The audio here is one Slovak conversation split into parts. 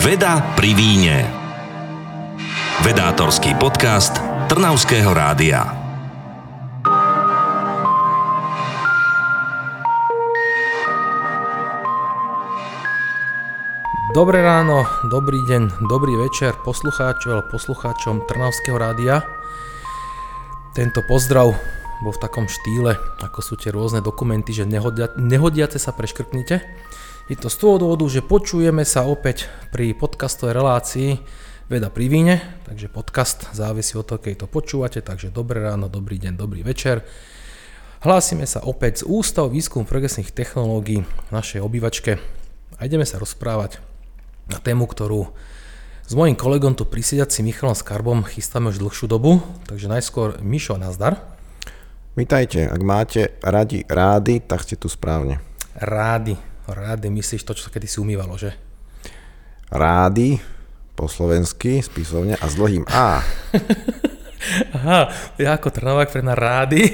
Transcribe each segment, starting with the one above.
Veda pri víne. Vedátorský podcast Trnavského rádia. Dobré ráno, dobrý deň, dobrý večer poslucháčom Trnavského rádia. Tento pozdrav bol v takom štýle, ako sú tie rôzne dokumenty, že nehodiace sa preškrtnite. Je to z toho dôvodu, že počujeme sa opäť pri podcastovej relácii Veda pri víne, takže podcast závisí od toho, keď to počúvate, takže dobré ráno, dobrý deň, dobrý večer. Hlásime sa opäť z Ústavu výskumu progresných technológií v našej obývačke a ideme sa rozprávať na tému, ktorú s mojím kolegom tu prisediacím Michalom Skarbom chystáme už dlhšiu dobu, takže najskôr Mišo, nazdar. Vítajte, ak máte rády, tak ste tu správne. Rády, myslíš to, čo sa kedysi umývalo, že? Rády, po slovensky, spisovne a s dlhým A. Aha, ja ako Trnavák pre na rády,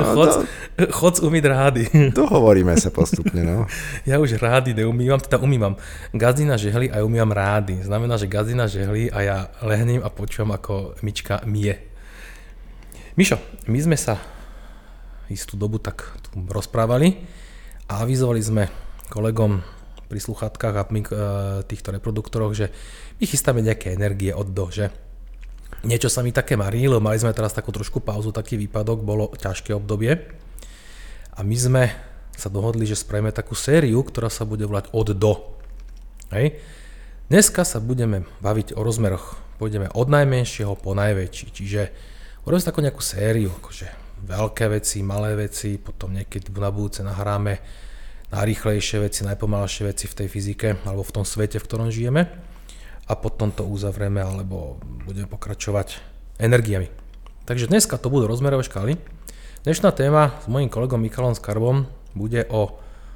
chod umýť rády. To hovoríme sa postupne, no. Ja už rády neumývam, teda umývam gazdina žehli a umývam rády. Znamená, že gazdina žehli a ja lehnem a počúvam, ako myčka myje. Mišo, my sme sa istú dobu tak tu rozprávali a avizovali sme kolegom pri sluchátkach a týchto reproduktoroch, že my chystáme nejaké energie od do, že niečo sa mi také marí, lebo mali sme teraz takú trošku pauzu, taký výpadok, bolo ťažké obdobie a my sme sa dohodli, že spravíme takú sériu, ktorá sa bude volať od do. Hej. Dneska sa budeme baviť o rozmeroch, pôjdeme od najmenšieho po najväčší, čiže urobíme takú nejakú sériu, akože veľké veci, malé veci, potom niekedy na budúce nahráme najrýchlejšie veci, najpomalšie veci v tej fyzike alebo v tom svete, v ktorom žijeme a potom to uzavrieme alebo budeme pokračovať energiami. Takže dneska to budú rozmerové škály. Dnešná téma s mojím kolegom Michalom Skarbom bude o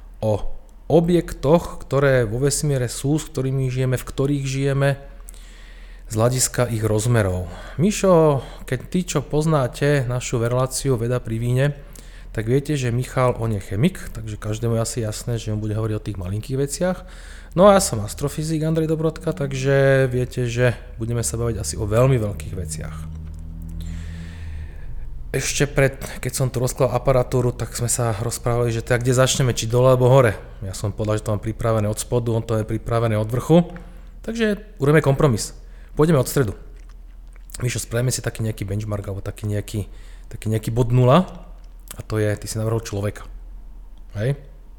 objektoch, ktoré vo vesmíre sú, s ktorými žijeme, v ktorých žijeme, z hľadiska ich rozmerov. Mišo, keď tí, čo poznáte našu reláciu Veda pri víne, tak viete, že Michal, on je chemik, takže každému je asi jasné, že on bude hovoriť o tých malinkých veciach. No a ja som astrofyzik Andrej Dobrodka, takže viete, že budeme sa baviť asi o veľmi veľkých veciach. Ešte keď som tu rozkladal aparatúru, tak sme sa rozprávali, že tak kde začneme, či dole alebo hore. Ja som povedal, že to mám pripravené od spodu, on to je pripravené od vrchu, takže urobíme kompromis. Pôjdeme od stredu. Mišo, spravíme si taký nejaký benchmark alebo taký nejaký bod 0. A to je, ty si navrhol človeka. Hej?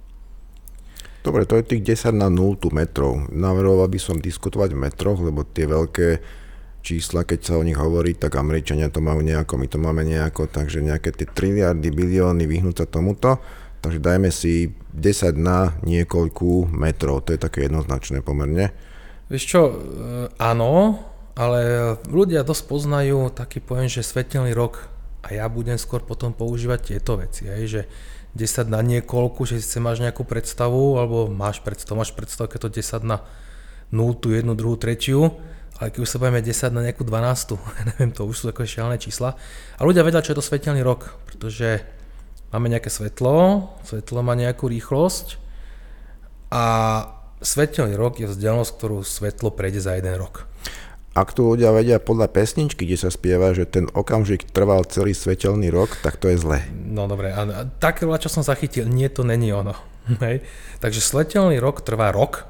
Dobre, to je tých 10 na 0 metrov. Navrhoval by som diskutovať v metroch, lebo tie veľké čísla, keď sa o nich hovorí, tak Američania to majú nejako, my to máme nejako, takže nejaké tie triliardy, bilióny vyhnúť sa tomuto. Takže dajme si 10 na niekoľku metrov, to je také jednoznačné pomerne. Vieš čo, áno, ale ľudia dosť poznajú taký pojem, že svetelný rok. A ja budem skôr potom používať tieto veci, hej, že 10 na niekoľku, že si máš nejakú predstavu, alebo máš predstavu, keď to 10 na 0, 1, 2, 3, ale keď už sa bavíme 10 na nejakú 12, neviem, to už sú také šialené čísla. A ľudia vedia, čo je to svetelný rok, pretože máme nejaké svetlo má nejakú rýchlosť a svetelný rok je vzdialenosť, ktorú svetlo prejde za jeden rok. Ak tu ľudia vedia podľa pesničky, kde sa spieva, že ten okamžik trval celý svetelný rok, tak to je zlé. No dobre, a také čo som zachytil, nie, to není ono. Hej. Takže svetelný rok trvá rok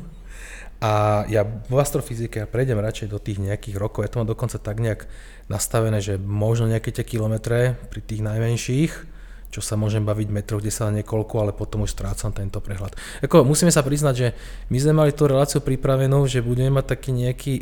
a ja v astrofyzike prejdem radšej do tých nejakých rokov, ja to mám dokonca tak nejak nastavené, že možno nejaké tie kilometre pri tých najmenších, čo sa môžem baviť metrov, kde sa na niekoľko, ale potom už strácam tento prehľad. Musíme sa priznať, že my sme mali tú reláciu pripravenú, že budeme mať taký nejaký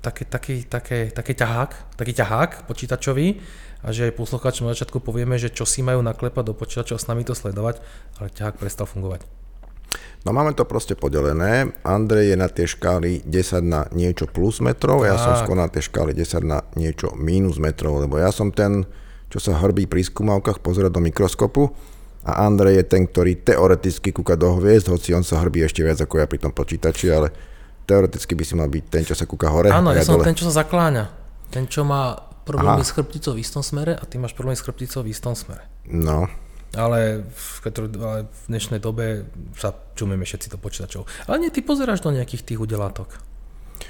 taký ťahák počítačový a že aj poslucháčom na začiatku povieme, že čo si majú naklepať do počítača a s nami to sledovať, ale ťahák prestal fungovať. No máme to proste podelené. Andrej je na tej škáli 10 na niečo plus metrov, ja som skôr na tej škáli 10 na niečo mínus metrov, lebo ja som ten, čo sa hrbí pri skúmavkách, pozerať do mikroskopu a Andrej je ten, ktorý teoreticky kúka do hviezd, hoci on sa hrbí ešte viac ako ja pri tom počítači, ale teoreticky by si mal byť ten, čo sa kúka hore. Áno, ja som ten, čo sa zakláňa. Ten, čo má problémy s chrbticou v istom smere a ty máš problémy s chrbticou v istom smere. No. Ale v dnešnej dobe sa čumíme všetci do počítačov. Ale nie, ty pozeráš do nejakých tých udelátok.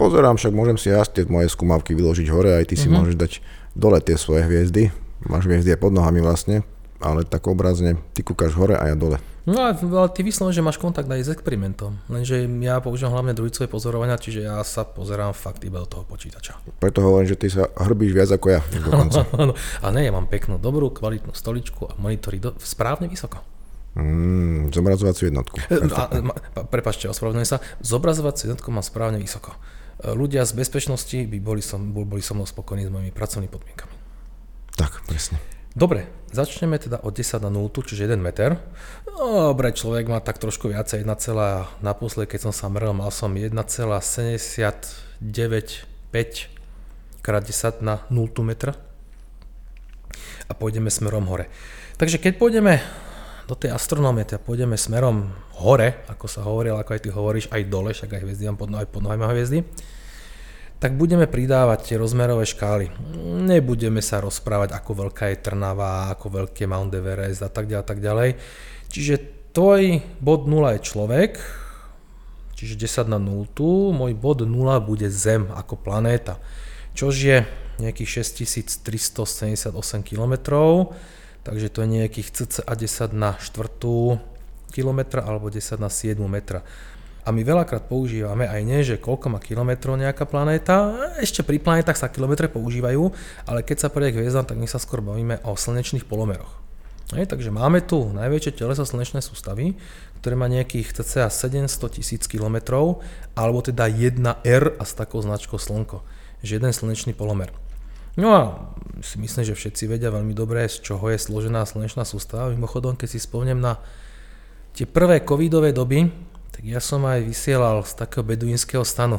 Pozerám, však môžem si ja tie moje skúmavky vyložiť hore, aj ty si môžeš dať dole tie svoje hviezdy. Máš hviezdy aj pod nohami vlastne, ale tak obrazne, ty kúkaš hore a ja dole. No ale ty vyslovene, že máš kontakt aj s experimentom, lenže ja používam hlavne druhicové pozorovania, čiže ja sa pozerám fakt iba do toho počítača. Preto hovorím, že ty sa hrbíš viac ako ja dokonca. A ne, ja mám peknú, dobrú, kvalitnú stoličku a monitory správne vysoko. Zobrazovaciu jednotku. Prepáčte, ospravedlňujem sa. Zobrazovaciu jednotku mám správne vysoko. Ľudia z bezpečnosti by boli so mnou spokojní s mojimi pracovnými podmienkami. Tak, presne. Dobre, začneme teda od 10 na 0, čiže 1 meter. Dobre, človek má tak trošku viacej, naposled, keď som sa mrel, mal som 1,795 krát 10 na 0 metra. A pôjdeme smerom hore. Takže keď pôjdeme do tej astronómie, teda pôjdeme smerom hore, ako sa hovorilo, ako aj ty hovoríš, aj dole, však aj hviezdy mám pod nohami hviezdy, tak budeme pridávať tie rozmerové škály. Nebudeme sa rozprávať, ako veľká je Trnava, ako veľký je Mount Everest a tak ďalej. Čiže tvoj bod 0 je človek, čiže 10 na 0, môj bod 0 bude Zem ako planéta, čož je nejakých 6378 km, takže to je nejakých cca 10 na 4 km alebo 10 na 7 metra. A my veľakrát používame aj nie, že koľko má kilometrov nejaká planéta, ešte pri planétach sa kilometre používajú, ale keď sa prejde k hviezdám, tak my sa skôr bavíme o slnečných polomeroch. Takže máme tu najväčšie teleso slnečnej sústavy, ktoré má nejakých cca 700 000 km, alebo teda 1R a s takou značkou Slnko, že jeden slnečný polomer. No a si myslím, že všetci vedia veľmi dobre, z čoho je složená slnečná sústava. Mimochodom, keď si spomnem na tie prvé covidové doby, tak ja som aj vysielal z takého beduínskeho stanu.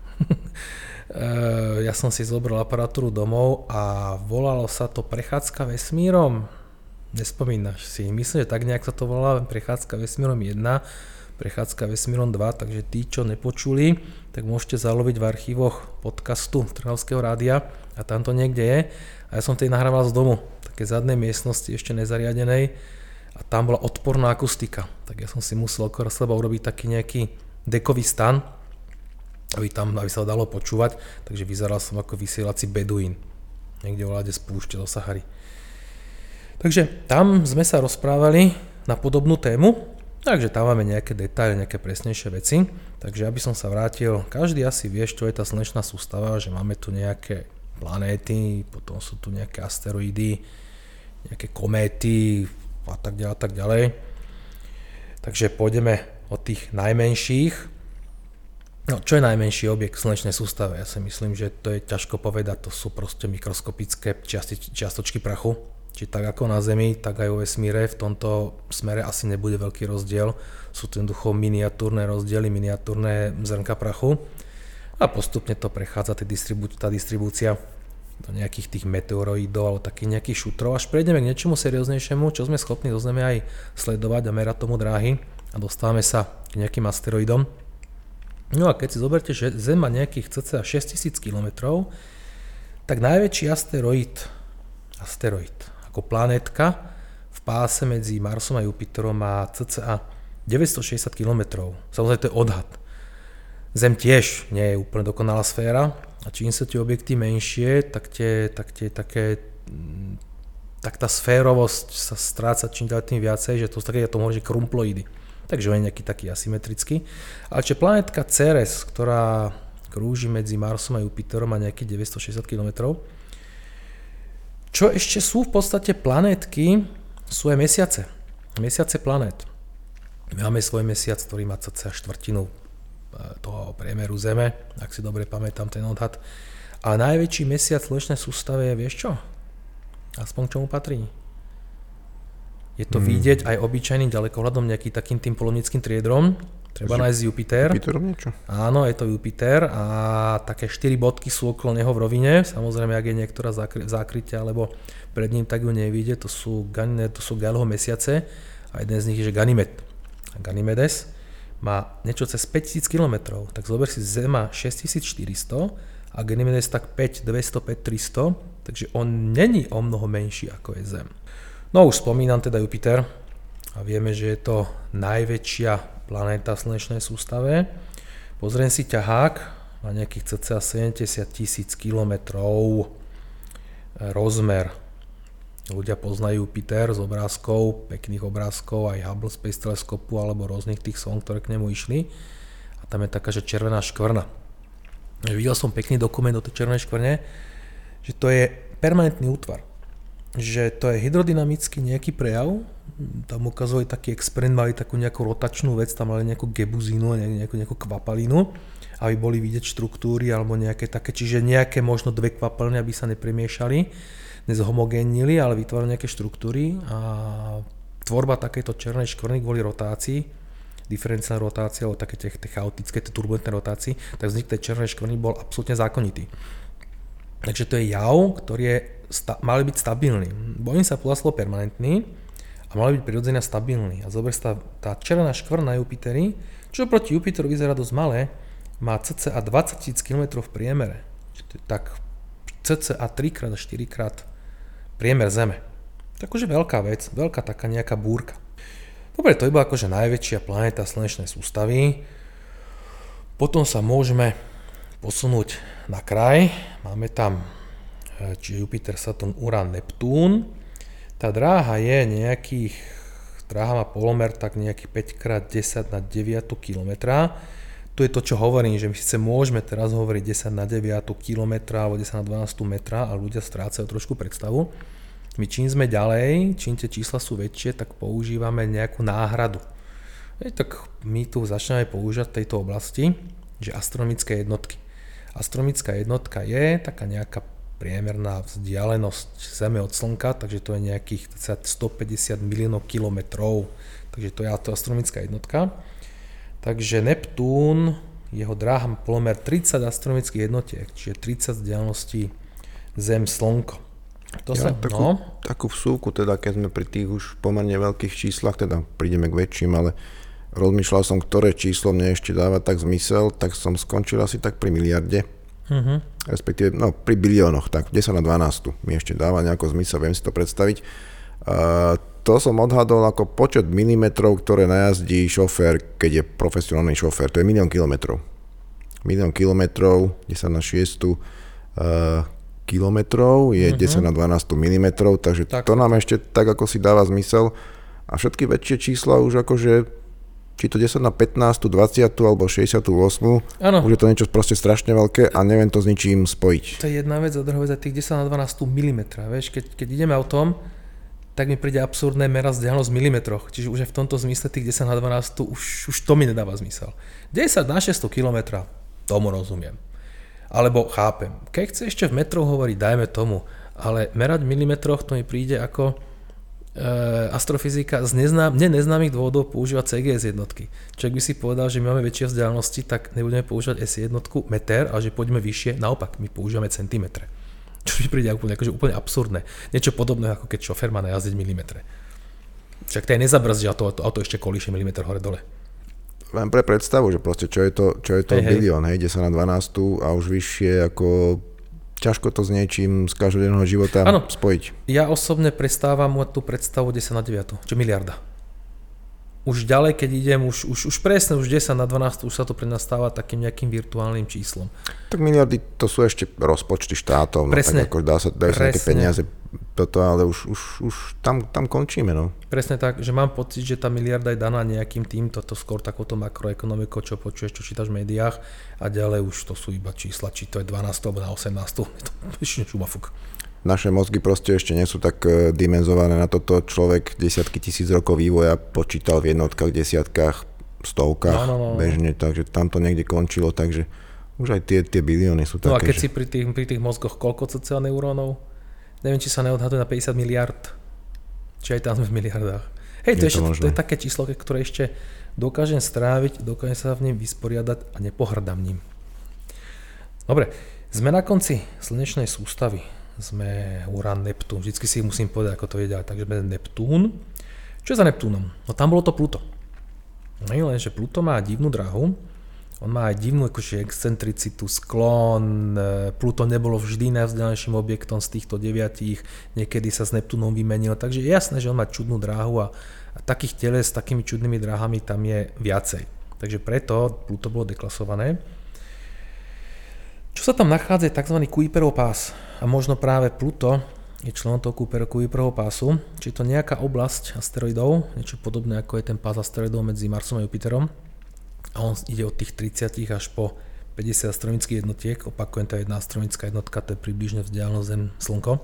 Ja som si zobral aparatúru domov a volalo sa to Prechádzka vesmírom. Nespomínaš si? Myslím, že tak nejak sa to volá, Prechádzka vesmírom 1, Prechádzka vesmírom 2, takže tí, čo nepočuli, tak môžete zaloviť v archívoch podcastu Trnavského rádia a tam to niekde je. A ja som tej nahrával z domu, také zadnej miestnosti ešte nezariadenej, a tam bola odporná akustika, tak ja som si musel okolo seba urobiť taký nejaký dekový stan, aby sa ho dalo počúvať, takže vyzeral som ako vysielací beduín, niekde voľade z púšte do Sahary. Takže tam sme sa rozprávali na podobnú tému, takže tam máme nejaké detaily, nejaké presnejšie veci, takže aby som sa vrátil, každý asi vie, čo je tá slnečná sústava, že máme tu nejaké planéty, potom sú tu nejaké asteroidy, nejaké kométy, a tak ďalej. Takže pôjdeme od tých najmenších. No, čo je najmenší objekt v slnečnej sústave? Ja si myslím, že to je ťažko povedať, to sú proste mikroskopické čiastočky prachu. Či tak ako na Zemi, tak aj vo vesmíre. V tomto smere asi nebude veľký rozdiel. Sú to jednoducho miniatúrne rozdiely, miniatúrne zrnka prachu. A postupne to prechádza tá distribúcia do nejakých tých meteoroidov alebo takých nejakých šutrov, až prejdeme k niečomu serióznejšiemu, čo sme schopní do Zeme aj sledovať a merať tomu dráhy a dostávame sa k nejakým asteroidom. No a keď si zoberte, že Zem má nejakých cca 6000 km, tak najväčší asteroid ako planétka v páse medzi Marsom a Jupiterom má cca 960 km. Samozrejme to je odhad. Zem tiež nie je úplne dokonalá sféra, a čím sú tie objekty menšie, tak tá sférovosť sa stráca čím ďalej tým viacej, že to sú také, ja to hovorím, že krumploidy. Takže on je nejaký taký asymetrický. Ale čiže planétka Ceres, ktorá krúži medzi Marsom a Jupiterom, má nejakých 960 km. Čo ešte sú v podstate planétky, sú aj mesiace. Mesiace planét. My máme svoj mesiac, ktorý má cca štvrtinu toho priemeru Zeme, ak si dobre pamätám ten odhad. A najväčší mesiac v slnečnej sústave je, vieš čo? Aspoň k čomu patrí? Je to vidieť aj obyčajným ďalekohľadom, nejaký takým tým polonickým triedrom. Treba nájsť Jupiter. Jupiterom niečo? Áno, je to Jupiter a také 4 bodky sú okolo neho v rovine. Samozrejme, ak je niektorá zákrytia, alebo pred ním, tak ju nevidie. To sú Galileho mesiace a jeden z nich je Ganymed. Ganymedes má niečo cez 5000 km, tak zober si Zem má 6400 a Ganymedes tak 5200, 5300, takže on není o mnoho menší ako je Zem. No už spomínam teda Jupiter a vieme, že je to najväčšia planéta v slnečnej sústave. Pozriem si ťahák, má nejakých cca 70 000 kilometrov rozmer. Ľudia poznajú Jupiter z obrázkov, pekných obrázkov, aj Hubble Space Teleskopu alebo rôznych tých sond, ktoré k nemu išli. A tam je taká, že červená škvrna. Videl som pekný dokument o tej červenej škvrne, že to je permanentný útvar. Že to je hydrodynamicky nejaký prejav. Tam ukazovali taký experiment, mali takú nejakú rotačnú vec, tam mali nejakú gebuzínu, nejakú kvapalínu, aby boli vidieť štruktúry alebo nejaké také, čiže nejaké možno dve kvapaliny, aby sa nepremiešali, nezhomogénili, ale vytvárali nejaké štruktúry a tvorba takejto červenej škvrny kvôli rotácii, diferenciálnej rotácii alebo také tie chaotické, tie turbulentné rotácii, tak vznik tej červenej škvrny bol absolútne zákonitý. Takže to je jav, ktorý mali byť stabilný. Boeing sa podľa slova permanentný a mali byť prirodzene stabilný. A zober sa tá červená škvrna na Jupiteri, čo proti Jupiteru vyzerá dosť malé, má cca 20 000 km v priemere. Tak cca 3x a 4x priemer Zeme. Takže veľká vec, veľká taká nejaká búrka. Dobre, to je iba akože najväčšia planéta slnečnej sústavy. Potom sa môžeme posunúť na kraj. Máme tam čiže Jupiter, Saturn, Uran, Neptún. Tá dráha má polomer tak nejakých 5x10 na 9 kilometra. Tu je to, čo hovorím, že my síce môžeme teraz hovoriť 10 na 9 kilometra alebo 10 na 12 metra a ľudia strácajú trošku predstavu. My čím sme ďalej, čím tie čísla sú väčšie, tak používame nejakú náhradu. Tak my tu začneme používať v tejto oblasti, že astronomické jednotky. Astronomická jednotka je taká nejaká priemerná vzdialenosť Zeme od Slnka, takže to je nejakých 150 miliónov kilometrov, takže to je astronomická jednotka. Takže Neptún, jeho dráha má polomer 30 astronomických jednotiek, čiže 30 vzdialeností Zem-Slnko. Takú vsúku, teda keď sme pri tých už pomerne veľkých číslach, teda prídeme k väčším, ale rozmýšľal som, ktoré číslo mne ešte dáva tak zmysel, tak som skončil asi tak pri miliarde, respektíve pri biliónoch, tak 10 na 12 mi ešte dáva nejako zmysel, viem si to predstaviť. To som odhadol ako počet milimetrov, ktoré najazdí šofér, keď je profesionálny šofér, to je 1 000 000 kilometrov. 1 000 000 kilometrov, 10 na 6 kilometrov je 10 na 12 milimetrov, takže to nám ešte tak ako si dáva zmysel. A všetky väčšie čísla už akože, či to 10 na 15, 20 alebo 68, už je to niečo proste strašne veľké a neviem to s ničím spojiť. To je jedna vec a druhá vec, tých 10 na 12 milimetra, vieš, keď ideme o tom, tak mi príde absurdné merať vzdialenosť v milimetroch, čiže už aj v tomto zmysle tých 10 na 12 už to mi nedáva zmysel. 10 na 600 kilometra, tomu rozumiem. Alebo chápem, keď chce ešte v metroch hovoriť, dajme tomu, ale merať v milimetroch to mi príde ako astrofyzika z neznámych dôvodov používa CGS jednotky. Človek by si povedal, že my máme väčšie vzdialenosti, tak nebudeme používať S jednotku meter, ale že pôjdeme vyššie, naopak, my používame centimetre. Čo mi príde úplne absurdné. Niečo podobné, ako keď šofér má najazdiť milimetre. Však to je nezabrzdí a to auto ešte kolíše milimeter hore-dole. Len pre predstavu, že proste čo je to bilión, 10 na 12 a už vyššie, ako ťažko to s niečím z každodenného života spojiť. Ja osobne prestávam tú predstavu 10 na 9, čo miliarda. Už ďalej, keď idem, už presne, už 10 na 12 už sa to pre nás stáva takým nejakým virtuálnym číslom. Tak miliardy to sú ešte rozpočty štátov, presne, tak ako dajú sa nejaké peniaze, ale už tam končíme. No. Presne tak, že mám pocit, že tá miliarda je daná nejakým týmto, skôr takouto makroekonomikou, čo počuješ, čo čítaš v médiách a ďalej už to sú iba čísla, či to je 12 alebo na 18, to je šumafuk. Naše mozgy proste ešte nie sú tak dimenzované na toto. Človek desiatky tisíc rokov vývoja počítal v jednotkách, desiatkách, stovkách bežne, takže tam to niekde končilo, takže už aj tie bilióny sú také. No a keď si pri tých mozgoch koľko cca neurónov? Neviem, či sa neodhaduje na 50 miliard, či aj tam sme v miliardách. Hej, to je také číslo, ktoré ešte dokážem stráviť, dokážem sa v ním vysporiadať a nepohrdám ním. Dobre, sme na konci slnečnej sústavy. Sme Uran, Neptún, vždycky si musím povedať, ako to je ďalej. Takže sme Neptún. Čo je za Neptúnom? No tam bolo to Pluto. Lenže Pluto má divnú dráhu, on má aj divnú akože excentricitu, sklon, Pluto nebolo vždy najvzdialenejším objektom z týchto 9, niekedy sa s Neptúnom vymenil, takže je jasné, že on má čudnú dráhu a takých teles s takými čudnými dráhami tam je viacej. Takže preto Pluto bolo deklasované. Čo sa tam nachádza je tzv. Kuiperov pás a možno práve Pluto je členom toho Kuiperovho pásu, či je to nejaká oblasť asteroidov, niečo podobné ako je ten pás asteroidov medzi Marsom a Jupiterom a on ide od tých 30 až po 50 astronomických jednotiek, opakujem, tá jedna astronomická jednotka, to je približne vzdialenosť Zem, Slnko.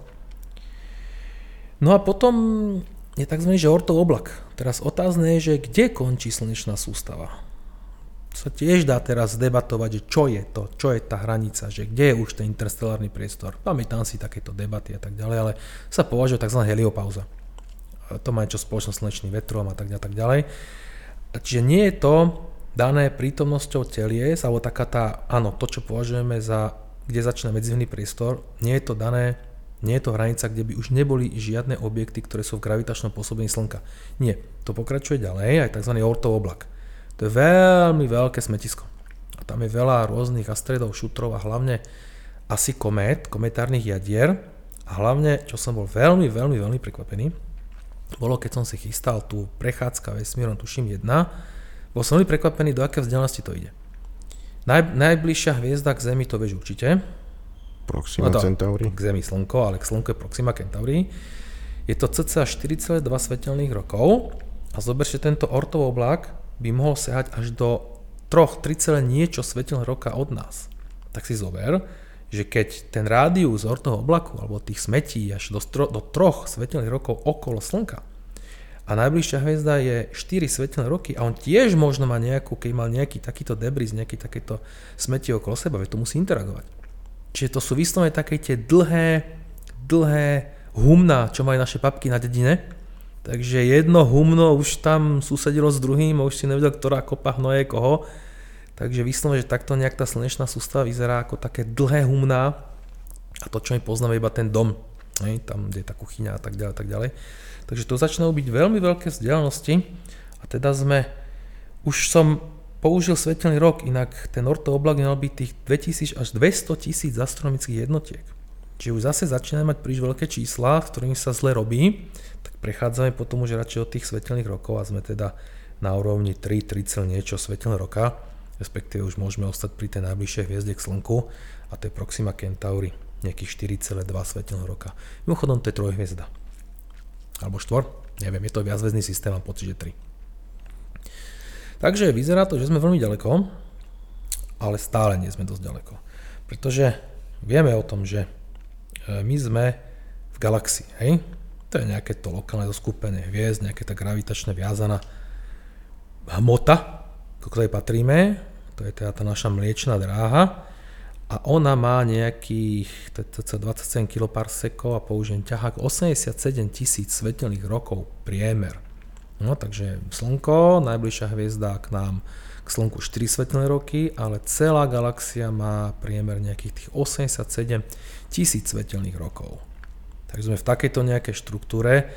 No a potom je tzv. Že Oortov oblak. Teraz otázne je, že kde končí slnečná sústava. Sa tiež dá teraz debatovať, že čo je to, čo je tá hranica, že kde je už ten interstelárny priestor. Pamätám si takéto debaty a tak ďalej, ale sa považuje tzv. Heliopauza. To má niečo spoločné s slnečným vetrom a tak ďalej. Čiže nie je to dané prítomnosťou telies, alebo taká tá, áno, to, čo považujeme za, kde začína medzivný priestor, nie je to dané, nie je to hranica, kde by už neboli žiadne objekty, ktoré sú v gravitačnom pôsobení Slnka. Nie, to pokračuje ďalej, aj tzv. Oortov oblak. To je veľmi veľké smetisko. A tam je veľa rôznych asteroidov, šutrov a hlavne asi kometárnych jadier. A hlavne, čo som bol veľmi prekvapený, bolo, keď som si chystal tú prechádzka vesmírom, tuším 1, bol som veľmi prekvapený, do aké vzdialenosti to ide. Najbližšia hviezda k Zemi, to vieš určite. Proxima Centauri. K Zemi Slnko, ale k Slnku je Proxima Centauri. Je to cca 4,2 svetelných rokov a zoberte, tento Oortov oblak by mohol siahať až do 3, niečo svetelného roka od nás. Tak si zober, že keď ten rádius Oortovho oblaku alebo tých smetí až do 3 svetelných rokov okolo Slnka a najbližšia hviezda je 4 svetelné roky a on tiež možno má nejakú, keď mal nejaký takýto debris, nejaký takéto smetí okolo seba, veď to musí interagovať. Čiže to sú vyslovene také tie dlhé humná, čo majú naše papky na dedine. Takže jedno humno už tam susedilo s druhým a už si nevedel, ktorá kopa hnoje koho. Takže vyslovene, že takto nejak tá slnečná sústava vyzerá ako také dlhé humná a to, čo my poznáme, iba ten dom. Tam, kde je tá kuchyňa a tak ďalej. Takže to začínajú byť veľmi veľké vzdialenosti a teda už som použil svetelný rok, inak ten Oortov oblak mal byť tých 2000 až 200 000 astronomických jednotiek. Čiže už zase začínajú mať príliš veľké čísla, s ktorými sa zle robí, tak prechádzame potom už radšej od tých svetelných rokov a sme teda na úrovni 3 niečo svetelného roka, respektíve už môžeme ostať pri tej najbližšej hviezde k Slnku a to je Proxima Centauri, nejakých 4,2 svetelného roka. Mimochodom to je trojhviezda. Alebo 4, neviem, je to viachviezdny systém, mám pocit, že 3. Takže vyzerá to, že sme veľmi ďaleko, ale stále nie sme dosť ďaleko. Pretože vieme o tom, že my sme v galaxii, hej? To je nejaké to lokálne zoskupenie hviezd, nejaké tá gravitačne viazaná hmota, do ktorej patríme, to je teda tá naša mliečná dráha a ona má nejakých 27 kiloparsekov a použijem ťahák 87 000 svetelných rokov priemer. No takže Slnko, najbližšia hviezda k nám, k Slnku 4 svetelné roky, ale celá galaxia má priemer nejakých tých 87 000 svetelných rokov. Takže sme v takejto nejakej štruktúre.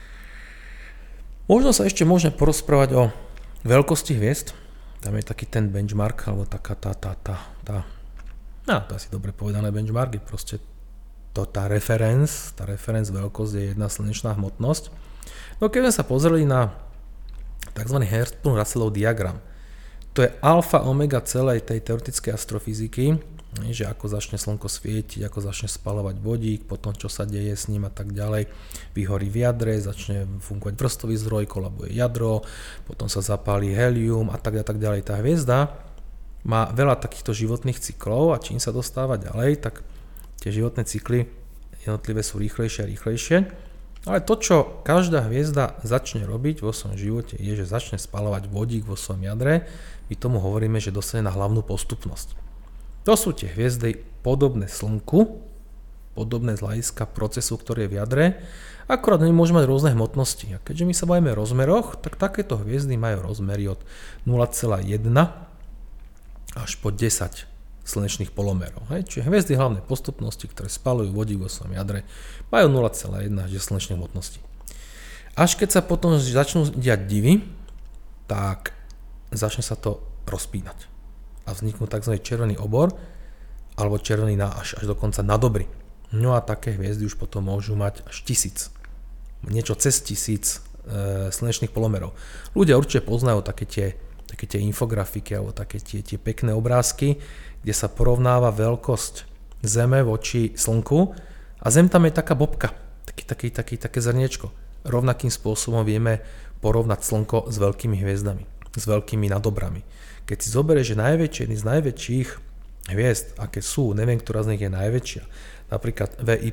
Možno sa ešte môžeme porozprávať o veľkosti hviezd. Tam je taký ten benchmark, alebo taká to asi dobre povedané benchmark, je proste to tá reference veľkosť je jedna slnečná hmotnosť. No keď sme sa pozreli na tzv. Hertzsprung-Russellov diagram, to je alfa omega celej tej teoretickej astrofyziky, že ako začne Slnko svietiť, ako začne spaľovať vodík, potom čo sa deje s ním a tak ďalej, vyhorí v jadre, začne fungovať vrstový zdroj, kolabuje jadro, potom sa zapálí helium a tak ďalej. Tá hviezda má veľa takýchto životných cyklov a čím sa dostáva ďalej, tak tie životné cykly jednotlivé sú rýchlejšie a rýchlejšie. Ale to, čo každá hviezda začne robiť vo svojom živote, je, že začne spaľovať vodík vo svojom jadre. My tomu hovoríme, že dostane na hlavnú postupnosť. To sú tie hviezdy podobné Slnku, podobné z hľadiska procesu, ktorý je v jadre, akorát my môžeme mať rôzne hmotnosti. A keďže my sa bavíme o rozmeroch, tak takéto hviezdy majú rozmery od 0,1 až po 10 slnečných polomerov. Čiže hviezdy hlavnej postupnosti, ktoré spaľujú vodík vo svojom jadre, majú 0,1 až 10 slnečných hmotností. Až keď sa potom začnú diať divy, tak začne sa to rozpínať. A vzniknú tzv. Červený obor, alebo červený náš, až dokonca nadobry. No a také hviezdy už potom môžu mať až 1000, niečo cez 1000 slnečných polomerov. Ľudia určite poznajú také tie také tie infografiky alebo také tie pekné obrázky, kde sa porovnáva veľkosť Zeme voči Slnku a Zem tam je taká bobka, také zrniečko. Rovnakým spôsobom vieme porovnať Slnko s veľkými hviezdami, s veľkými nadobrami. Keď si zoberieš, že jedný z najväčších hviezd, aké sú, neviem, ktorá z nich je najväčšia, napríklad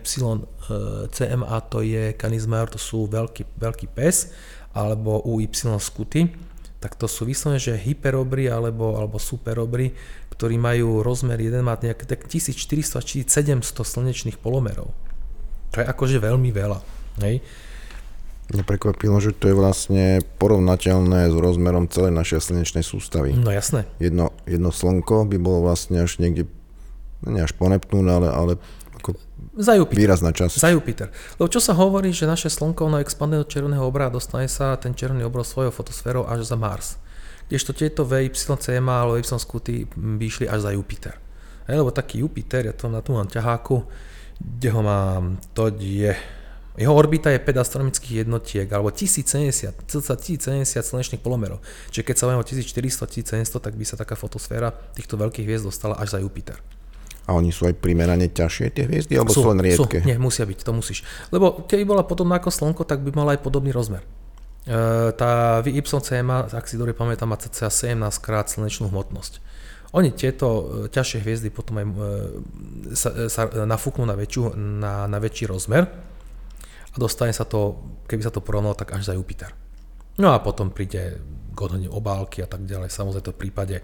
VY-CMA, to je Canis Major, to sú veľký pes, alebo UY Scuti, tak to sú vyslovene, že hyperobry alebo superobry, ktorí majú rozmer, jeden má nejaké tak 1400 až 1700 slnečných polomerov. To je akože veľmi veľa. Hej? Mňa prekvapilo, že to je vlastne porovnateľné s rozmerom celej našej slnečnej sústavy. No jasné. Jedno slnko by bolo vlastne až niekde, nie až po Neptún, ale ako za Jupiter. Výrazná časť. Za Jupiter. Lebo čo sa hovorí, že naše slnko expanduje do červeného obra a dostane sa ten červený obr svojou fotosférou až za Mars. Kdežto tieto VY-CMA alebo Y-Scuti by išli až za Jupiter. Lebo taký Jupiter, ja to na tom mám ťaháku, kde ho mám, to je, jeho orbita je 5 astronomických jednotiek, alebo 1070 slnečných polomerov. Čiže keď sa bavíme o 1400-1700, tak by sa taká fotosféra týchto veľkých hviezd dostala až za Jupiter. A oni sú aj primerane ťažšie tie hviezdy, alebo sú len riedke? Nie, musia byť, to musíš. Lebo keby bola podobná ako Slnko, tak by mala aj podobný rozmer. Tá VY-CMA, ak si dobre pamätám, má cca 17 krát slnečnú hmotnosť. Oni tieto ťažšie hviezdy potom aj sa nafúknú na väčší rozmer a dostane sa to, keby sa to porovnalo, tak až za Jupiter. No a potom príde k odhodeniu obálky a tak ďalej, samozrejme to v prípade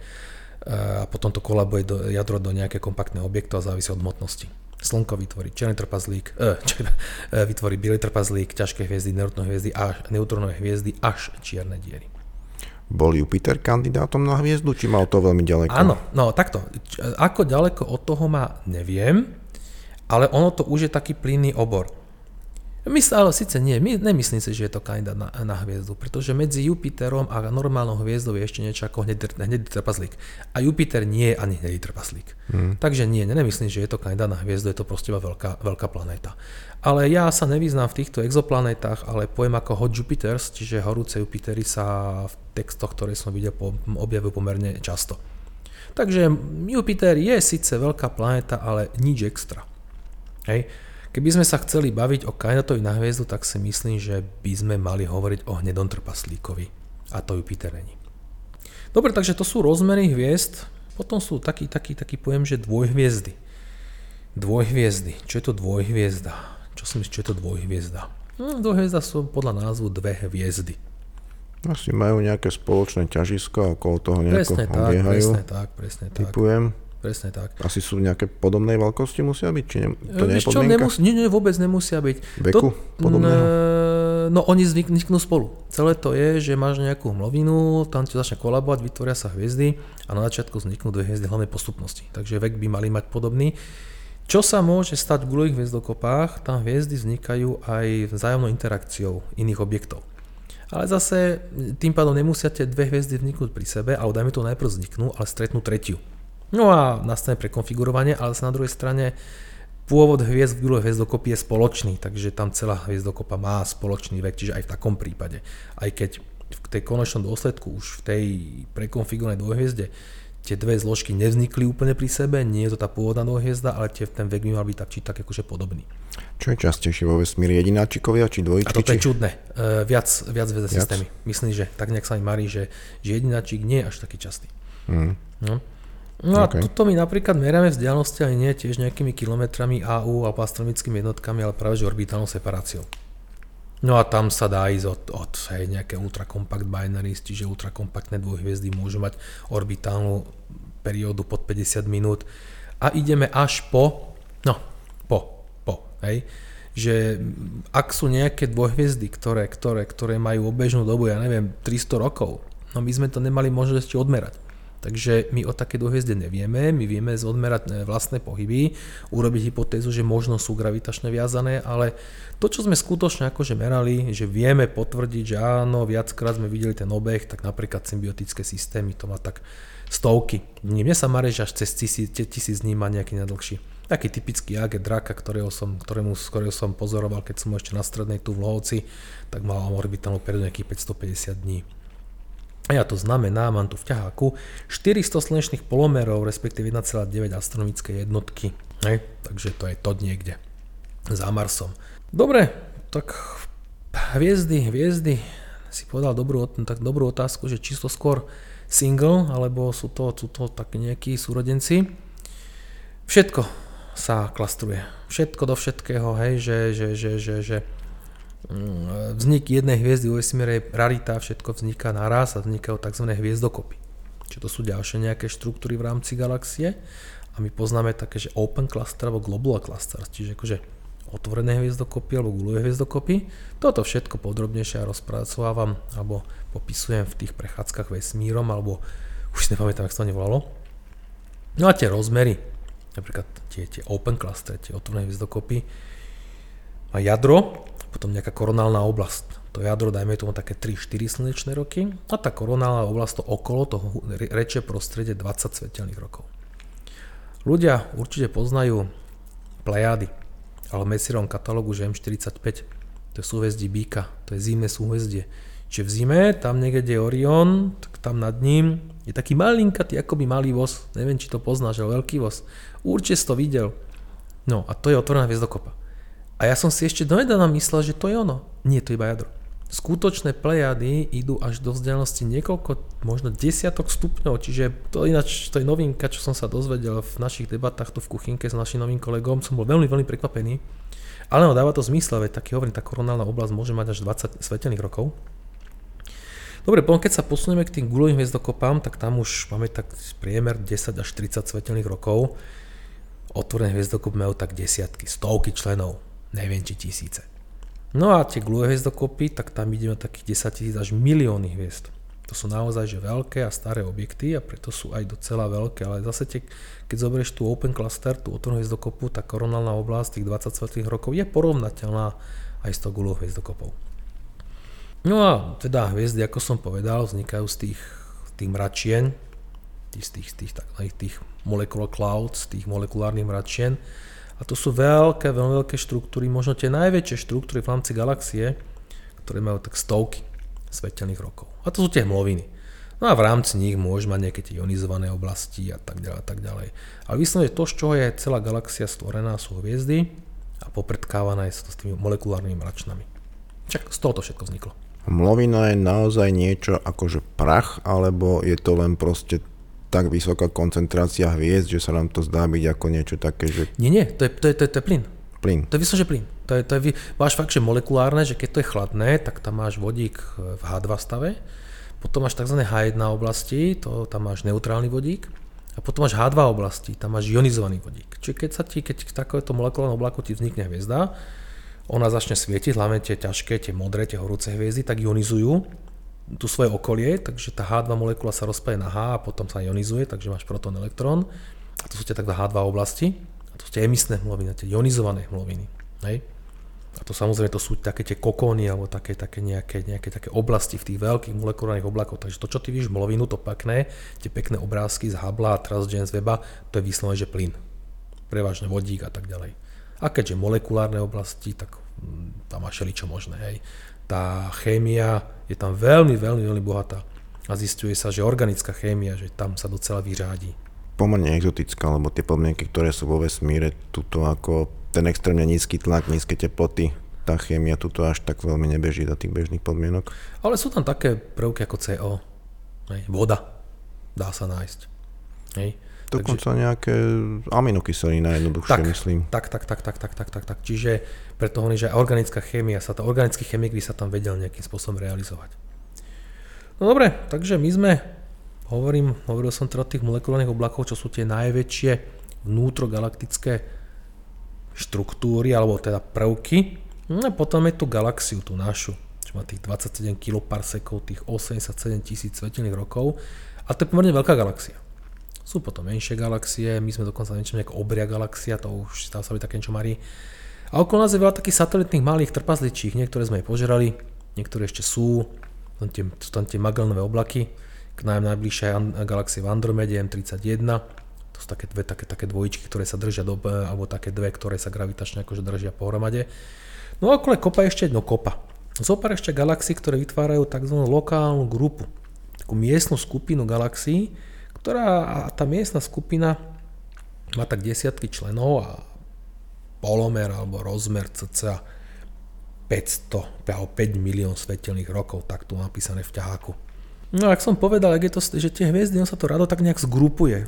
a potom to kolabuje jadro do nejaké kompaktné objektu a závisí od hmotnosti. Slnko vytvorí černý trpaslík, vytvorí biely trpaslík, ťažké hviezdy, neutrónové hviezdy až čierne diery. Bol Jupiter kandidátom na hviezdu, či mal to veľmi ďaleko? Áno, no takto. Ako ďaleko od toho má, neviem, ale ono to už je taký plynný obor. Ale síce nie, nemyslím si, že je to kandidát na hviezdu, pretože medzi Jupiterom a normálnou hviezdou je ešte niečo ako hnedý trpaslík. A Jupiter nie je ani hnedý trpaslík. Takže nie, nemyslím, že je to kandidát na hviezdu, je to proste veľká planéta. Ale ja sa nevyznám v týchto exoplanetách, ale poviem ako hot Jupiters, čiže horúce Jupitery sa v textoch, ktoré som videl, objavujú pomerne často. Takže Jupiter je síce veľká planéta, ale nič extra. Hej. Keby sme sa chceli baviť o kandidátovi na hviezdu, tak si myslím, že by sme mali hovoriť o hnedom trpaslíkovi. A to Jupiter není. Dobre, takže to sú rozmery hviezd. Potom sú taký pojem, že dvojhviezdy. Dvojhviezdy. Čo je to dvojhviezda? Čo si myslíš, čo je to dvojhviezda? Dvojhviezda sú podľa názvu dve hviezdy. Asi majú nejaké spoločné ťažisko a okolo toho nejako obiehajú. Presne tak. Typujem. Presne tak. Asi sú nejaké podobnej veľkosti musia byť? Či to nie je podmienka? Nie, vôbec nemusia byť. Veku podobného? No oni vzniknú spolu. Celé to je, že máš nejakú hmlovinu, tam ti začne kolabovať, vytvoria sa hviezdy a na začiatku vzniknú dve hviezdy hlavnej postupnosti. Takže vek by mali mať podobný. Čo sa môže stať v guľových hviezdokopách? Tam hviezdy vznikajú aj vzájomnou interakciou iných objektov. Ale zase tým pádom nemusia tie dve hviezdy vzniknúť pri sebe, ale dajme to najprv vzniknú, ale stretnú tretiu. No a nastane prekonfigurovanie, ale sa na druhej strane pôvod hviezd v guľovej hviezdokopy je spoločný, takže tam celá hviezdokopa má spoločný vek, čiže aj v takom prípade. Aj keď v tej konečnom dôsledku už v tej prekonfigurovanej dvojhviezde tie dve zložky nevznikli úplne pri sebe, nie je to tá pôvodná dvojhviezda, ale ten vek by mal byť tak akože podobný. Čo je častejšie vo vesmíre, jedináčikovia či dvojičky? A toto je čudné. Viac systémy. Myslím, že tak nejak sa mi marí, že jedináčik nie je až taký častý. No a tuto my napríklad meriame vzdialenosti, ale nie tiež nejakými kilometrami AU alebo astronomickými jednotkami, ale práve že orbitálnou separáciou. No a tam sa dá ísť od nejaké ultrakompakt binaries, čiže ultrakompaktné dvojhviezdy môžu mať orbitálnu periódu pod 50 minút a ideme až po, hej, že ak sú nejaké dvojhviezdy, ktoré majú obežnú dobu, ja neviem, 300 rokov, no my sme to nemali možnosť ešte odmerať. Takže my o také dvojhviezde nevieme, my vieme odmerať vlastné pohyby, urobiť hypotézu, že možno sú gravitačne viazané, ale to, čo sme skutočne akože merali, že vieme potvrdiť, že áno, viackrát sme videli ten obeh, tak napríklad symbiotické systémy, to má tak stovky. Mne sa marí, že až cez 1000 dní má nejaký najdlhší. Taký typický AG Draka, ktorého som pozoroval, keď som ešte na strednej tu v Lohovci, tak mal orbitálnu periódu nejakých 550 dní. a ja to znamená, mám tu v ťaháku 400 slnečných polomerov, respektíve 1,9 astronomické jednotky. Hej? Takže to je to niekde za Marsom. Dobre, tak hviezdy, si povedal dobrú otázku, že či sú to skôr single, alebo sú to také nejakí súrodenci. Všetko sa klastruje. Všetko do všetkého, hej, že vznik jednej hviezdy vo vesmíre je rarita, všetko vzniká naraz a vznikajú tzv. Hviezdokopy. Čiže to sú ďalšie nejaké štruktúry v rámci galaxie a my poznáme také, že open cluster alebo globular cluster, čiže akože otvorené hviezdokopy alebo gulové hviezdokopy. Toto všetko podrobnejšie rozpracovávam alebo popisujem v tých prechádzkach vesmírom alebo už si nepamätám, jak sa to nevolalo. No a tie rozmery, napríklad tie open cluster, tie otvorené hviezdokopy má jadro, potom nejaká koronálna oblasť. To jadro, dajme tomu také 3-4 slnečné roky a tá koronálna oblasť to okolo toho reče prostredie 20 svetelných rokov. Ľudia určite poznajú Plejády, ale v Messierovom katalógu, že M45, to je súhvezdie Býka, to je zimné súhvezdie. Čiže v zime, tam niekde je Orion, tak tam nad ním je taký malinkatý, akoby malý voz, neviem, či to poznáš, ale veľký voz. Určite si to videl. No a to je otvorená hviezdokopa. A ja som si ešte donedávna myslel, že to je ono. Nie, to je iba jadro. Skutočné Plejady idú až do vzdialenosti niekoľko, možno desiatok stupňov, čiže to ináč, to je novinka, čo som sa dozvedel v našich debatách tu v kuchynke s našim novým kolegom, som bol veľmi, veľmi prekvapený. Ale no, dáva to zmysel, veď taký hovorím, tá koronálna oblasť môže mať až 20 svetelných rokov. Dobre, potom keď sa posunieme k tým guľovým hviezdokopám, tak tam už máme tak priemer 10 až 30 svetelných rokov. Otvorené hviezdokopy majú tak desiatky, stovky členov. Neviem, či tisíce. No a tie guľové hviezdokopy, tak tam ideme takých 10 000 až milióny hviezd. To sú naozaj že veľké a staré objekty a preto sú aj docela veľké, ale zase keď zoberieš tú open cluster, tú otvorenú hviezdokopu, tá koronálna oblasť tých 20 svetlých rokov je porovnateľná aj s tou guľovou hviezdokopou. No a teda hviezdy, ako som povedal, vznikajú z tých mračien, z tých molecular clouds, tých molekulárnych mračien. A to sú veľmi veľké štruktúry, možno tie najväčšie štruktúry v rámci galaxie, ktoré majú tak stovky svetelných rokov. A to sú tie hmloviny. No a v rámci nich môže mať nejaké tie ionizované oblasti a tak ďalej a tak ďalej. Ale vyslovene to, z čoho je celá galaxia stvorená, sú hviezdy a popredkávaná je s tými molekulárnymi mračnami. Čak z toho to všetko vzniklo. Hmlovina je naozaj niečo akože prach, alebo je to len proste tak vysoká koncentrácia hviezd, že sa nám to zdá byť ako niečo také, že... Nie, to je plyn. Plyn. To je vyslovene plyn. Máš fakt, že molekulárne, že keď to je chladné, tak tam máš vodík v H2 stave, potom máš tzv. H1 oblasti, tam máš neutrálny vodík, a potom máš H2 oblasti, tam máš ionizovaný vodík. Čiže keď v takéto molekulárnom oblaku ti vznikne hviezda, ona začne svietiť, hlavne tie ťažké, tie modré, tie horúce hviezdy, tak ionizujú tu svoje okolie, takže tá H2 molekula sa rozpája na H a potom sa ionizuje, takže máš protón, elektrón. A to sú tie takové H2 oblasti. A to sú tie emisné hmloviny, tie ionizované hmloviny. Hej? A to samozrejme to sú také tie kokóny alebo také nejaké také oblasti v tých veľkých molekulárnych oblakoch. Takže to, čo ty vidíš hmlovinu, to pekné, tie pekné obrázky z Hubbla a James Webba, to je vyslovene, že plyn. Prevažne vodík a tak ďalej. A keďže molekulárne oblasti, tak tam máš všeličo možné, hej. Tá chémia je tam veľmi, veľmi, veľmi bohatá a zisťuje sa, že organická chémia, že tam sa docela vyřádí. Pomerne exotická, lebo tie podmienky, ktoré sú vo vesmíre, tuto ako ten extrémne nízky tlak, nízke teploty, tá chémia tuto až tak veľmi nebeží za tých bežných podmienok. Ale sú tam také prvky ako CO, hej, voda, dá sa nájsť. Hej. Dokonca nejaké aminokyseliny najjednoduchšie, myslím. Tak. Čiže preto hovorím, že organická chémia, organický chemik by sa tam vedel nejakým spôsobom realizovať. No dobre, takže my sme, hovoril som teda o tých molekulárnych oblakov, čo sú tie najväčšie vnútrogalaktické štruktúry, alebo teda prvky. No a potom je tu galaxiu, tú našu, čo má tých 27 kiloparsekov, tých 87 000 svetelných rokov. A to je pomerne veľká galaxia. Sú potom menšie galaxie, my sme dokonca niečo nejaká obria galaxia, to už stále sa byť také niečo marí. A okolo nás je veľa takých satelitných malých trpazličích, niektoré sme aj požrali, niektoré ešte sú tam tie Magellanové oblaky, k najbližšej galaxie v Andromede M31, to sú také dvojičky, ktoré sa držia alebo také dve, ktoré sa gravitačne akože držia pohromade. No a okolo kopa ešte jedno kopa. Zopár ešte galaxií, ktoré vytvárajú tzv. Lokálnu grupu. takú miestnu skupinu galaxií, ktorá tá miestna skupina má tak desiatky členov a polomer alebo rozmer cca 500 alebo 5 milión svetelných rokov, tak tu napísané v ťaháku. No a ak som povedal, že tie hviezdy, on sa to rado tak nejak zgrupuje.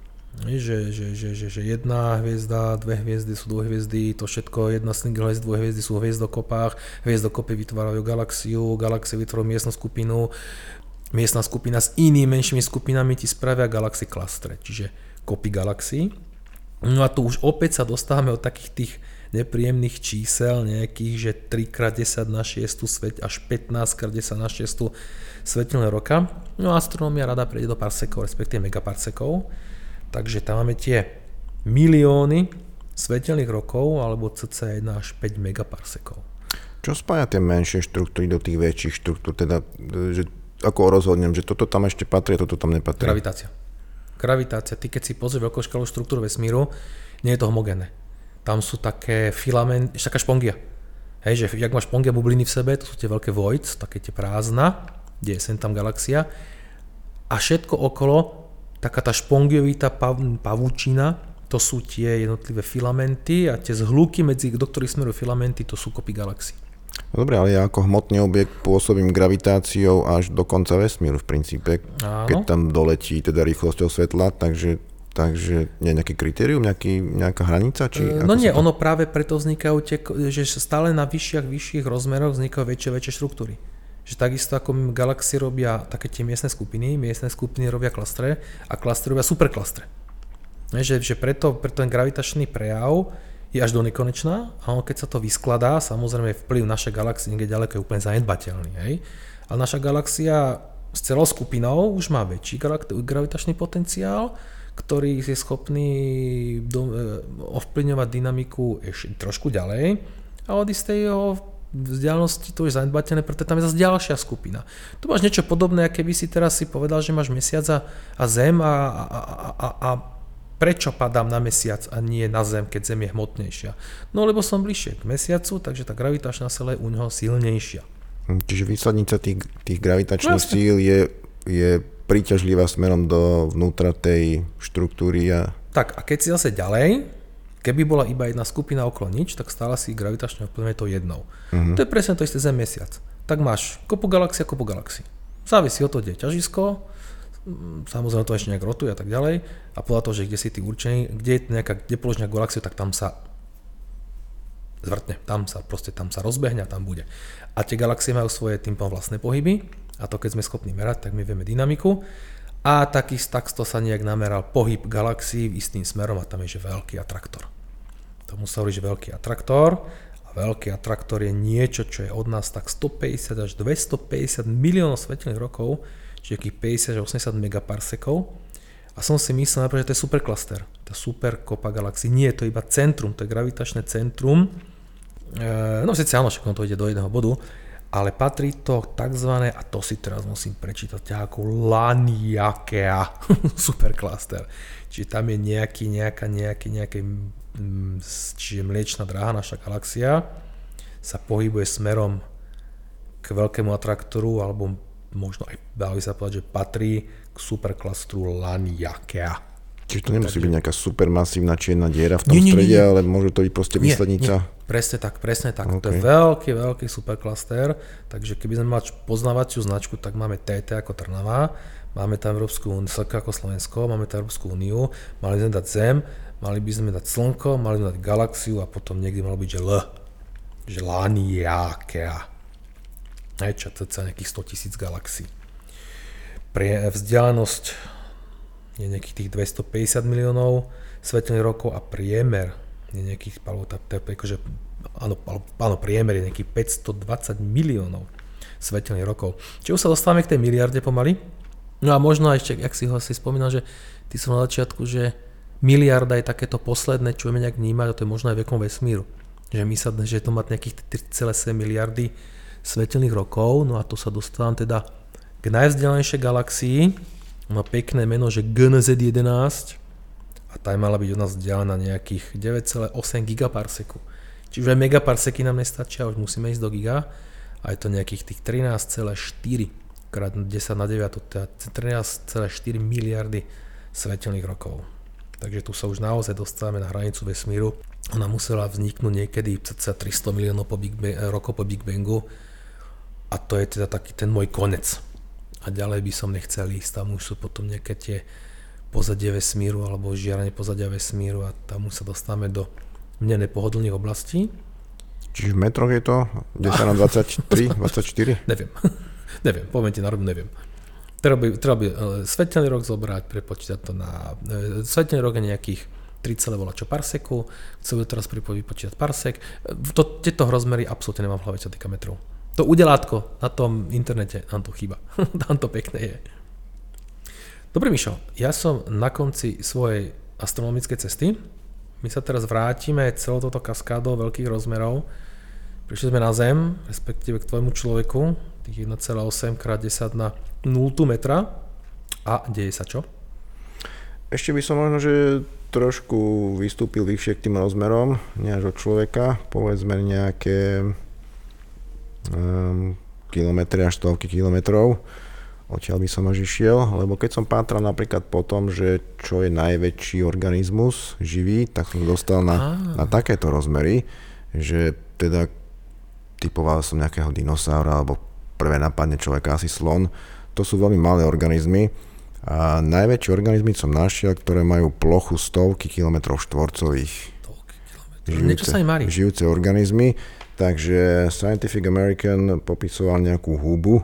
Že jedna hviezda, dve hviezdy sú dvojhviezdy, to všetko, jedna single hviezda, dve hviezdy sú v hviezdokopách, hviezdokopy vytvárajú galaxiu, galaxie vytvorujú miestnu skupinu, miestna skupina s inými menšími skupinami ti spravia galaxy klastre, čiže kopy galaxií. No a tu už opäť sa dostávame od takých tých nepríjemných čísel, nejakých, že 3x10 na 6 až 15x10 na 6 svetelné roka. No a astronómia rada prejde do parsekov, respektíve megaparsekov. Takže tam máme tie milióny svetelných rokov, alebo cca 1 až 5 megaparsekov. Čo spája tie menšie štruktúry do tých väčších štruktúr? Teda, že ako rozhodnem, že toto tam ešte patrí a toto tam nepatrí? Gravitácia. Ty keď si pozrieš veľkoškálovú štruktúru vesmíru, nie je to homogénne. Tam sú také filamenty, taká špongia. Hej, že jak máš špongia bubliny v sebe, to sú tie veľké voids, také tie prázdna, kde je sem tam galaxia. A všetko okolo, taká tá špongiovitá pavúčina, to sú tie jednotlivé filamenty a tie zhluky, do ktorých smerujú filamenty, to sú kopy galaxií. Dobre, ale ja ako hmotný objekt pôsobím gravitáciou až do konca vesmíru v princípe, áno. Keď tam doletí teda rýchlosťou svetla, takže nie je nejaký kritérium, nejaká hranica? No nie, ono práve preto vznikajú že stále na vyšších rozmeroch vznikajú väčšie štruktúry. Že takisto ako galaxie robia také tie miestne skupiny robia klastre a klastre robia superklastre. Že preto ten gravitačný prejav je až do nekonečná a keď sa to vyskladá, samozrejme vplyv našej galaxie niekde ďaleko je úplne zanedbateľný. Hej? Ale naša galaxia s celou skupinou už má väčší gravitačný potenciál, ktorý je schopný ovplyvňovať dynamiku ešte trošku ďalej a od istého vzdialenosti to je zanedbateľné, pretože tam je zase ďalšia skupina. Tu máš niečo podobné, keby si teraz si povedal, že máš mesiac a zem a prečo padám na mesiac a nie na zem, keď zem je hmotnejšia? No lebo som bližšie k mesiacu, takže tá gravitačná sila je u neho silnejšia. Čiže výslednica tých gravitačných síl je príťažlivá smerom do vnútra tej štruktúry. Tak a keď si zase ďalej, keby bola iba jedna skupina okolo nič, tak stále si gravitačne ovplyvňuje to jednou. To je presne to isté Zem, Mesiac. Tak máš kopu galaxií. Závisí od toho, kde je ťažisko, samozrejme to ešte nejak rotuje a tak ďalej a podľa toho, že kde si ty určený, kde položíš nejakú galaxiu, tak tam sa zvrtne, tam sa rozbehne a tam bude. A tie galaxie majú svoje týmto vlastné pohyby a to keď sme schopní merať, tak my vieme dynamiku. A takto sa nejak nameral pohyb galaxií istým smerom a tam je že veľký atraktor. Tomu sa hovorí, že veľký atraktor a veľký atraktor je niečo, čo je od nás tak 150 až 250 miliónov svetelných rokov, čiže takých 50 až 80 megaparsekov. A som si myslel najprv, že to je superklaster, to je super kopa galaxií. Nie, to je iba centrum, to je gravitačné centrum. No síce áno, však to ide do jedného bodu, ale patrí to takzvané, a to si teraz musím prečítať, ako Laniakea superklaster. Čiže tam je nejaké, čiže mliečna dráha, naša galaxia sa pohybuje smerom k veľkému atraktoru, alebo možno aj dá by sa povedať, že patrí k superklastru Laniakea. Čiže to nemusí byť nejaká supermasívna čierna diera v tom strede, ale môže to byť proste výslednica? Nie. Presne tak. Okay. To je veľký superklaster, takže keby sme mali poznávaciu značku, tak máme TT ako Trnava, máme tam Európsku úniu, SK ako Slovensko, máme tam Európsku úniu, mali sme dať Zem, mali by sme dať Slnko, mali by sme dať galaxiu a potom niekde malo byť, že že Laniakea. Čo nejakých 100 000 galaxií. Vzdialenosť je nejakých tých 250 miliónov svetelných rokov a priemer je nejakých, priemer je nejakých 520 miliónov svetelných rokov. Čiže už sa dostávame k tej miliarde pomaly. No a možno ešte, jak si spomínal, že ty som na začiatku, že miliarda je takéto posledné, čo vieme nejak vnímať, a to je možno aj vekom vesmíru. Že to má nejakých 3,7 miliardy svetelných rokov, no a to sa dostávam teda k najvzdialenejšej galaxii, má pekné meno, že GNZ11 a tá mala byť od nás vzdialená nejakých 9,8 gigaparseku. Čiže aj megaparseky nám nestačia, už musíme ísť do giga a je to nejakých tých 13,4 krát 10 na 9, teda 13,4 miliardy svetelných rokov. Takže tu sa už naozaj dostávame na hranicu vesmíru. Ona musela vzniknúť niekedy cca 300 miliónov rokov po Big Bangu a to je teda taký ten môj konec. A ďalej by som nechcel ísť, tam už sú potom nejaké tie pozadie vesmíru alebo žiarenie pozadia vesmíru a tam už sa dostávame do mne nepohodlných oblastí. Čiže v metroch je to 10 na 23, 24? Neviem, poviem ti na rovinu, neviem. Treba by svetelný rok zobrať, prepočítať to na... Svetelný rok je nejakých 3,čo parseku, chcel teraz vypočítať parsek. Tieto rozmery absolútne nemám v hlave, čo týka metrov. To udelátko na tom internete nám to chýba. Tam to pekné je. Dobre, Mišo, ja som na konci svojej astronomickej cesty. My sa teraz vrátime celou touto kaskádou veľkých rozmerov. Prišli sme na Zem, respektíve k tvojmu človeku, tých 1,8 x 10 na 0 metra. A deje sa čo? Ešte by som možno, že trošku vystúpil vyššie k tým rozmerom, nie až od človeka, povedzme nejaké kilometre až stovky kilometrov. Odtiaľ by som až išiel, lebo keď som pátral napríklad po tom, že čo je najväčší organizmus živý, tak som dostal na takéto rozmery, že teda typoval som nejakého dinosaura, alebo prvé napadne človeka asi slon. To sú veľmi malé organizmy a najväčšie organizmy som našiel, ktoré majú plochu stovky kilometrov štvorcových. Niečo sa im marí. Žijúce organizmy. Takže Scientific American popisoval nejakú hubu,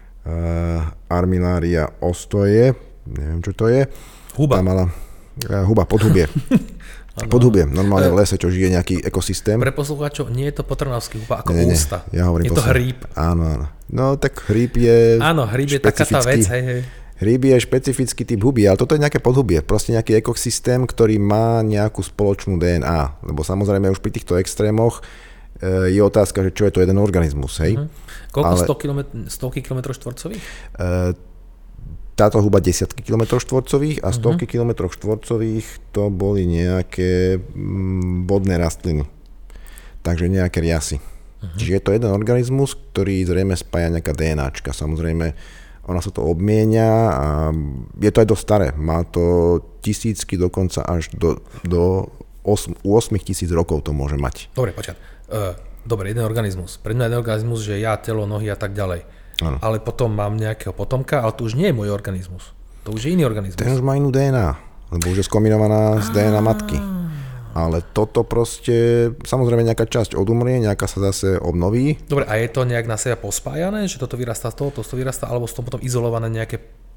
Armillaria ostoje, neviem čo to je. Huba. Huba, podhubie. Podhubie, normálne v lese, čo žije nejaký ekosystém. Pre poslucháčov, nie je to potrnavský huba ako nie, ústa. Ja hovorím je to hríb. Áno. No tak hríb je áno, hríb je taká tá vec, hej. Hríb je špecifický typ huby, ale toto je nejaké podhubie, proste nejaký ekosystém, ktorý má nejakú spoločnú DNA, lebo samozrejme už pri týchto extrémoch je otázka, že čo je to jeden organizmus, hej? Koľko? 100 km štvorcových? Táto huba desiatky kilometrov štvorcových a stovky kilometrov štvorcových to boli nejaké bodné rastliny. Takže nejaké riasy. Čiže je to jeden organizmus, ktorý zrejme spája nejaká DNAčka. Samozrejme, ona sa to obmienia a je to aj dosť staré. Má to tisícky, dokonca až do 8 000 rokov to môže mať. Dobre, počkaj. Dobre, jeden organizmus. Pre mňa jeden organizmus, že ja, telo, nohy a tak ďalej. Ano. Ale potom mám nejakého potomka, ale to už nie je môj organizmus. To už je iný organizmus. Ten už má inú DNA, lebo už je skombinovaná s DNA matky. Ale toto proste, samozrejme nejaká časť odumrie, nejaká sa zase obnoví. Dobre, a je to nejak na seba pospájané, že toto vyrastá z toho, toto vyrastá, alebo sú to potom izolované nejaké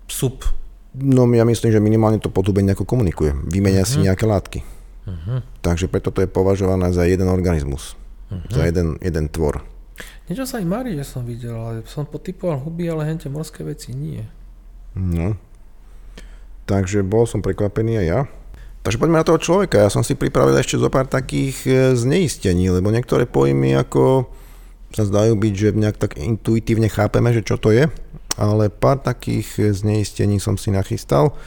No ja myslím, že minimálne to podhubenie nejako komunikuje. Vymenia si nejaké látky. Takže preto to je považované za jeden organizmus. Za jeden tvor. Niečo sa im marí, že som videl, ale som potypoval huby, ale hente morské veci nie. No. Takže bol som prekvapený aj ja. Takže poďme na toho človeka. Ja som si pripravil ešte zo pár takých zneistení, lebo niektoré pojmy ako sa zdajú byť, že nejak tak intuitívne chápeme, že čo to je, ale pár takých zneistení som si nachystal.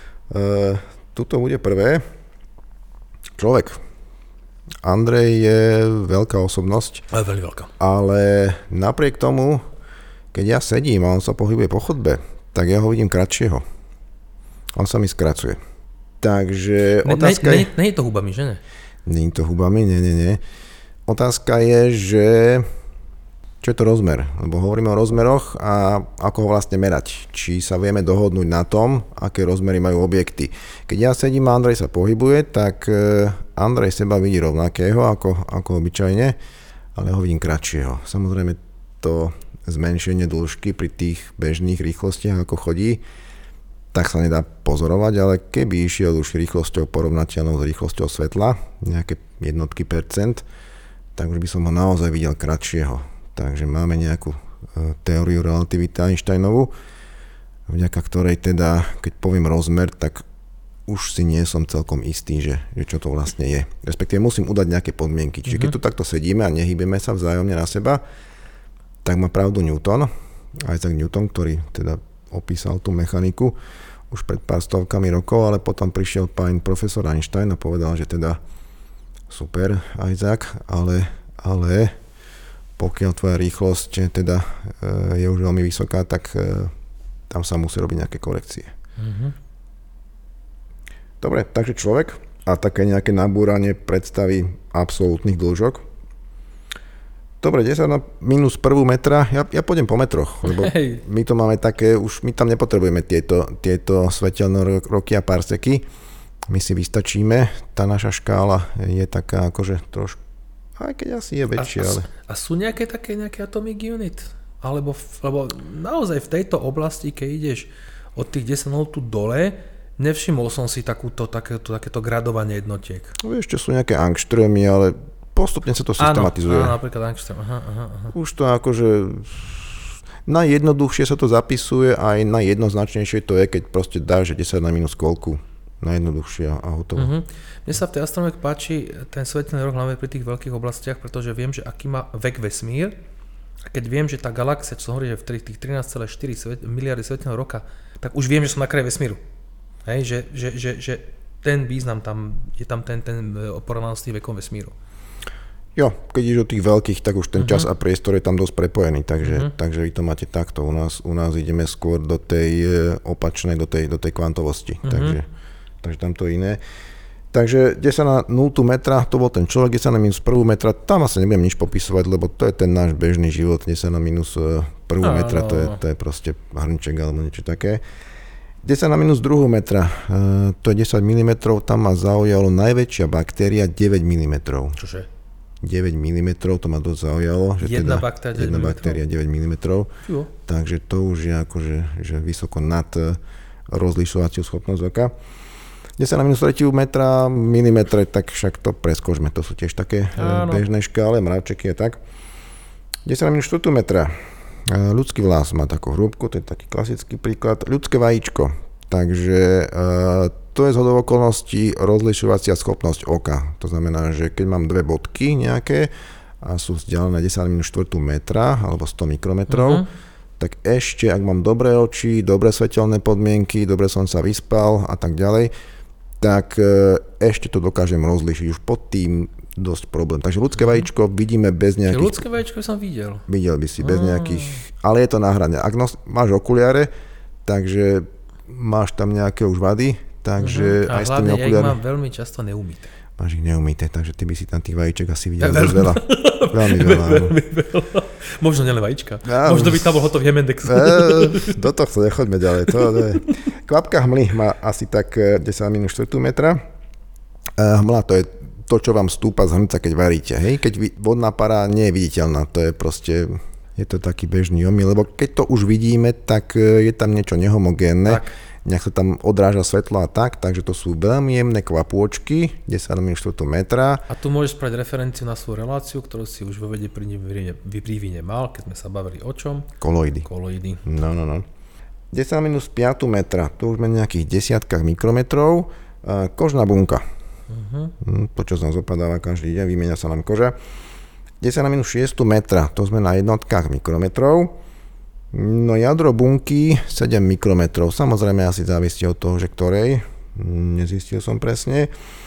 Tuto bude prvé. Človek. Andrej je veľká osobnosť. Ale veľmi veľká. Ale napriek tomu, keď ja sedím a on sa pohybuje po chodbe, tak ja ho vidím kratšieho. On sa mi skracuje. Takže otázka je... Nie je to hubami, že ne? Nie je to hubami, nie. Otázka je, že čo je to rozmer? Lebo hovoríme o rozmeroch a ako ho vlastne merať. Či sa vieme dohodnúť na tom, aké rozmery majú objekty. Keď ja sedím a Andrej sa pohybuje, tak Andrej seba vidí rovnakého ako obyčajne, ale ho vidím kratšieho. Samozrejme to zmenšenie dĺžky pri tých bežných rýchlostiach, ako chodí, tak sa nedá pozorovať, ale keby išiel už rýchlosťou porovnateľnou s rýchlosťou svetla, nejaké jednotky percent, tak už by som ho naozaj videl kratšieho. Takže máme nejakú teóriu relativity Einsteinovú, vďaka ktorej teda, keď poviem rozmer, tak už si nie som celkom istý, že čo to vlastne je. Respektíve musím udať nejaké podmienky. Čiže keď tu takto sedíme a nehýbeme sa vzájomne na seba, tak má pravdu Newton, Isaac Newton, ktorý teda opísal tú mechaniku už pred pár stovkami rokov, ale potom prišiel pán profesor Einstein a povedal, že teda super Isaac, ale pokiaľ tvoja rýchlosť teda je už veľmi vysoká, tak tam sa musí robiť nejaké korekcie. Dobre, takže človek a také nejaké nabúranie predstavy absolútnych dĺžok. Dobre, 10 na minus prvú metra, ja pôjdem po metroch, lebo my to máme také, už my tam nepotrebujeme tieto svetelné roky a parseky, my si vystačíme, tá naša škála je taká akože trošku, aj keď asi je väčšia, ale... A sú nejaké atomic unit? Lebo naozaj v tejto oblasti, keď ideš od tých 10 tu dole, nevšimol som si takéto gradovanie jednotiek. Ešte sú nejaké angströmy, ale postupne sa to systematizuje. Áno, napríklad angström. Aha. Už to akože... Najjednoduchšie sa to zapisuje a aj najjednoznačnejšie to je, keď proste dáš 10 na minus koľku. Najjednoduchšie a hotovo. Mne sa v tej astronomii páči ten svetelný rok hlavne pri tých veľkých oblastiach, pretože viem, že aký má vek vesmír a keď viem, že tá galaxia, čo som hovoril, že v tých 13,4 miliardy svetelného roka, tak už viem, že som na kraji vesmíru. Hej, že ten význam tam, je tam ten porovnaný s tým vekom vesmíru. Jo, keď ideš do tých veľkých, tak už ten čas a priestor je tam dosť prepojený, takže vy to máte takto. U nás ideme skôr do tej opačnej, do tej kvantovosti, takže tam to iné. Takže 10 na 0 metra, to bol ten človek, 10 na minus 1 metra, tam asi nebudem nič popisovať, lebo to je ten náš bežný život, 10 na minus 1 metra, to je proste hrnček alebo niečo také. 10 na minus 2 metra, to je 10 mm, tam ma zaujalo najväčšia baktéria 9 mm. Čože? 9 mm, to ma dosť zaujalo. Že jedna baktéria 9 mm. Takže to už je akože že vysoko nad rozlišovaciu schopnosť oka. 10 na minus 3 metra, milimetre, tak však to preskočme, to sú tiež také bežné škále, mravčeky a tak. 10 na minus 4 metra, ľudský vlas má takú hrúbku, to je taký klasický príklad, ľudské vajíčko, takže to je zhodou okolností rozlišovacia schopnosť oka, to znamená, že keď mám dve bodky nejaké a sú vzdialené 10 na minus 4 metra alebo 100 mikrometrov, tak ešte, ak mám dobré oči, dobré svetelné podmienky, dobre som sa vyspal a tak ďalej, tak ešte to dokážem rozlíšiť. Už pod tým dosť problém. Takže ľudské vajíčko vidíme bez nejakých... Ľudské vajíčko som videl. Videl by si bez nejakých... Ale je to na hrane. Ak máš okuliare, takže máš tam nejaké už vady, takže aj s tými okuliare... A hlavne ja ich mám veľmi často neumyté. Máš ich neumyté, takže ty by si tam tých vajíček asi videl dosť veľa. Veľmi veľa. Možno nielen vajíčka. Možno by tam bol hotový Hemendex. Do tohto nechoďme ďalej. Kvapka hmly má asi tak 10 minus 4 metra. Hmla to je to, čo vám stúpa z hrnca, keď varíte. Hej? Keď vodná para nie je viditeľná, to je proste... Je to taký bežný omyl, lebo keď to už vidíme, tak je tam niečo nehomogénne. Tak. Nejak sa tam odráža svetlo a tak, takže to sú veľmi jemné kvapôčky, 10 na minus 4 metra. A tu môžeš spraviť referenciu na svoju reláciu, ktorú si už vo vede pri vývine mal, keď sme sa bavili o čom? Koloidy. No. 10 na minus 5 metra, to už máme nejakých desiatkách mikrometrov. Kožná bunka. To, čo sa zopadáva každý deň, vymieňa sa nám koža. 10 na minus 6 metra, to sme na jednotkách mikrometrov. No jadro bunky 7 mikrometrov, samozrejme asi závisí od toho, že ktorej, nezistil som presne.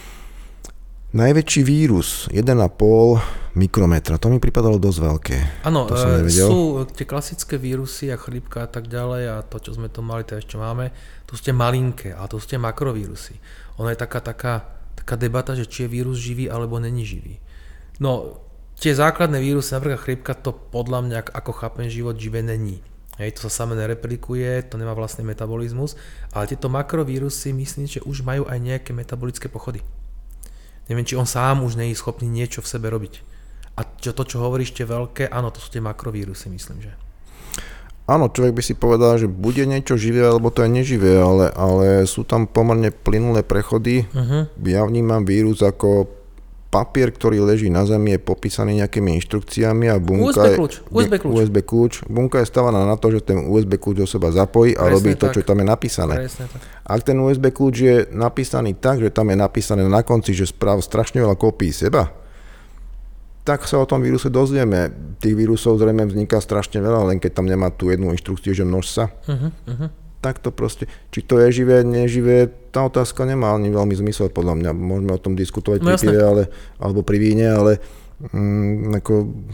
Najväčší vírus, 1,5 mikrometra, to mi pripadalo dosť veľké. Áno, sú tie klasické vírusy a chrípka a tak ďalej a to, čo sme to mali, to ešte máme, to sú tie malinké a to sú tie makrovírusy. Ono je taká debata, že či je vírus živý alebo není živý. No, tie základné vírusy, napríklad chrípka, to podľa mňa, ako chápem život, živé není. Hej, to sa samé nereplikuje, to nemá vlastný metabolizmus, ale tieto makrovírusy myslím, že už majú aj nejaké metabolické pochody. Neviem, či on sám už nie je schopný niečo v sebe robiť. A to, čo hovoríš, tie veľké, áno, to sú tie makrovírusy, myslím, že. Áno, človek by si povedal, že bude niečo živé, alebo to je neživé, ale sú tam pomerne plynulé prechody. Ja vnímam vírus ako papier, ktorý leží na zemi, je popísaný nejakými inštrukciami a bunka USB kľúč. Bunka je stavaná na to, že ten USB kľúč do seba zapojí a presne robí to, čo tam je napísané. Ak ten USB kľúč je napísaný tak, že tam je napísané na konci, že správ strašne veľa kópií seba, tak sa o tom víruse dozvieme. Tých vírusov zrejme vzniká strašne veľa, len keď tam nemá tú jednu inštrukciu, že množ sa. Tak to proste, či to je živé, neživé, tá otázka nemá ani veľmi zmysel, podľa mňa. Môžeme o tom diskutovať pri pive, alebo pri víne, ale ako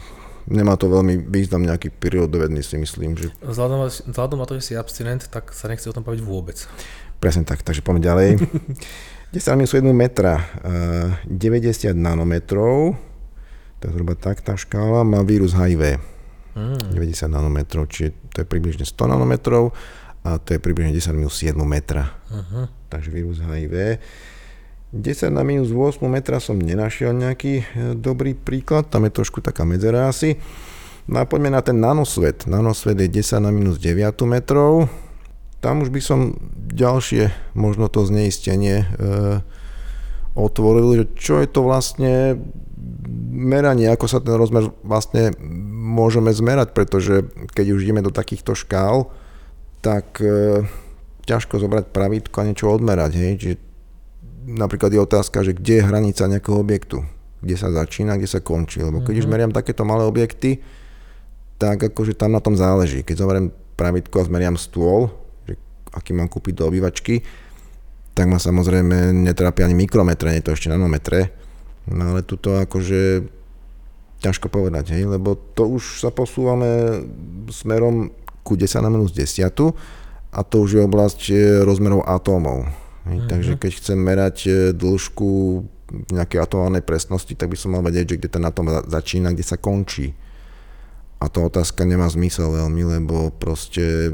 nemá to veľmi význam nejaký prírodovedný, si myslím. Že... Vzhľadom na to, že si abstinent, tak sa nechce o tom baviť vôbec. Presne tak, takže poďme ďalej. 10 sú 1 metra, 90 nanometrov, to je zhruba tak tá škála, má vírus HIV. 90 nanometrov, čiže to je približne 100 nanometrov a to je približne 10 minus 7 metra. Takže vírus HIV. 10 na minus 8 metra som nenašiel nejaký dobrý príklad, tam je trošku taká medzera asi. No a poďme na ten nanosvet. Nanosvet je 10 na minus 9 metrov. Tam už by som ďalšie, možno to zneistenie otvoril, že čo je to vlastne meranie, ako sa ten rozmer vlastne môžeme zmerať, pretože keď už ideme do takýchto škál, tak ťažko zobrať pravítko a niečo odmerať, hej, čiže napríklad je otázka, že kde je hranica nejakého objektu, kde sa začína, kde sa končí, lebo keď už meriam takéto malé objekty, tak akože tam na tom záleží. Keď zoberiem pravítko a zmeriam stôl, že aký mám kúpiť do obývačky, tak ma samozrejme netrápia ani mikrometre, nie to ešte nanometre, no ale tuto akože ťažko povedať, hej, lebo to už sa posúvame smerom ku 10 na minus 10 a to už je oblasť rozmerov atómov. Takže keď chcem merať dĺžku nejakej atomálnej presnosti, tak by som mal vedieť, že kde ten atóm začína, kde sa končí. A tá otázka nemá zmysel veľmi, lebo proste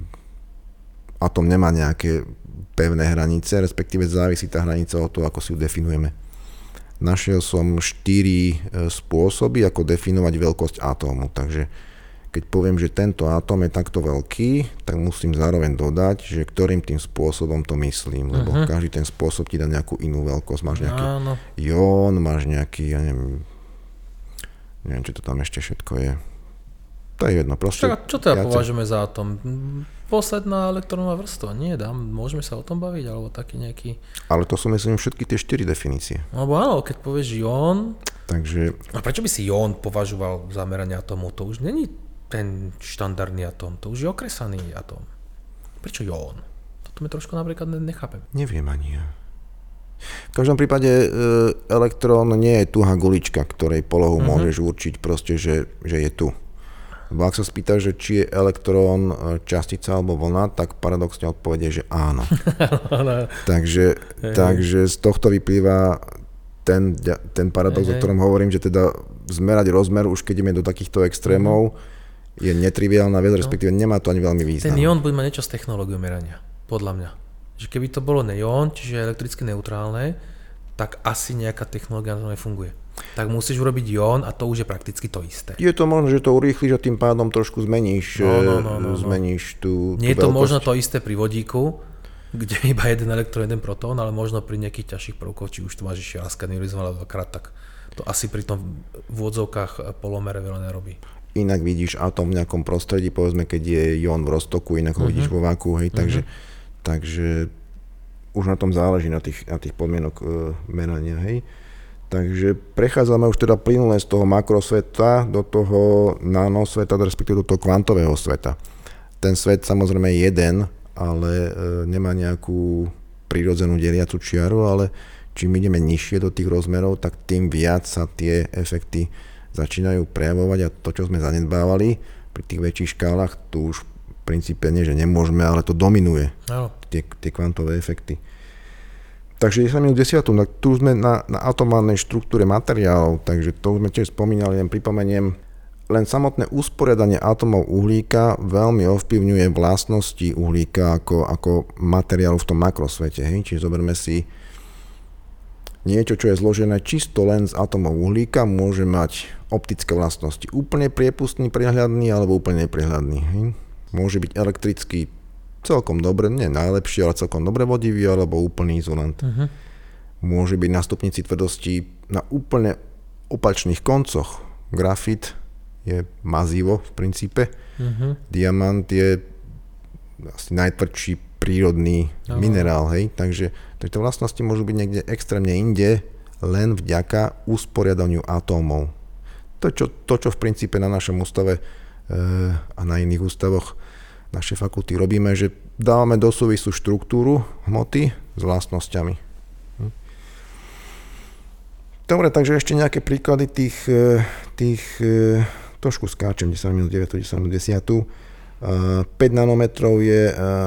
atóm nemá nejaké pevné hranice, respektíve závisí tá hranica od toho, ako si ju definujeme. Našiel som 4 spôsoby, ako definovať veľkosť atómu, takže keď poviem, že tento atóm je takto veľký, tak musím zároveň dodať, že ktorým tým spôsobom to myslím, lebo každý ten spôsob ti dá nejakú inú veľkosť. Máš nejaký jón, máš nejaký, ja neviem, čo to tam ešte všetko je. To je jedno, proste. Čo teda považujeme za atóm? Posledná elektronová vrstva, nie? Môžeme sa o tom baviť, alebo taký nejaký... Ale to sú, myslím, všetky tie 4 definície. Alebo áno, keď povieš jón... Takže... A prečo by si jón považoval za meranie atómov? To už není ten štandardný atóm, to už je okresaný atóm. Prečo jón? Toto mi trošku napríklad nechápem. Neviem ani ja. V každom prípade elektrón nie je tuhá gulička, ktorej polohu môžeš určiť proste, že je tu. Lebo ak sa spýtaš, že či je elektrón častica alebo vlna, tak paradoxne odpovedie, že áno. takže z tohto vyplýva ten paradox, o ktorom hovorím, že teda zmerať rozmer, už keď ideme do takýchto extrémov, je netriviálna vec, respektíve nemá to ani veľmi význam. Ten jón bude mať niečo s technológiou merania, podľa mňa. Že keby to bolo neón, čiže elektricky neutrálne, tak asi nejaká technológia na to nefunguje. Tak musíš urobiť jón a to už je prakticky to isté. Je to možno, že to urýchliš a tým pádom trošku zmeníš, zmeníš tú Nie je to veľkosť. možno to isté pri vodíku, kde je iba jeden elektrón, jeden protón, ale možno pri nejakých ťažších prvkoch, či už to máš ešte raz kanalizované dvakrát, tak to asi pri tom v úvodzovkách polomere veľa nerobí. Inak vidíš atóm v nejakom prostredí, povedzme, keď je jón v roztoku, inak ho vidíš vo váku, hej, takže už na tom záleží, na tých podmienok merania, hej. Takže prechádzame už teda plynule z toho makrosveta do toho nanosveta, respektíve do toho kvantového sveta. Ten svet samozrejme je jeden, ale nemá nejakú prirodzenú deliacu čiaru, ale čím ideme nižšie do tých rozmerov, tak tým viac sa tie efekty začínajú prejavovať a to, čo sme zanedbávali pri tých väčších škálach, tu už v princípe nie, že nemôžeme, ale to dominuje, tie kvantové efekty. Takže 10 minus 10, tu sme na atomárnej štruktúre materiálov, takže to už sme tiež spomínali, len pripomeniem, len samotné usporiadanie atomov uhlíka veľmi ovplyvňuje vlastnosti uhlíka ako materiálu v tom makrosvete. Hej? Čiže zoberme si niečo, čo je zložené čisto len z atomov uhlíka, môže mať optické vlastnosti úplne priepustný, prehľadný alebo úplne neprehľadný. Hej? Môže byť elektricky celkom dobre, nie najlepší, ale celkom dobre vodivý alebo úplný izolant. Môže byť na stupnici tvrdosti na úplne opačných koncoch. Grafit je mazivo v princípe. Diamant je asi najtvrdší prírodný minerál, hej? Takže tie vlastnosti môžu byť niekde extrémne inde, len vďaka usporiadaniu atómov. To, čo v princípe na našom ústave a na iných ústavoch našej fakulty robíme, že dávame do súvisu štruktúru hmoty s vlastnosťami. Dobre, takže ešte nejaké príklady tých trošku skáčem, 10 minus 9, 10 minus 10. 5 nanometrov je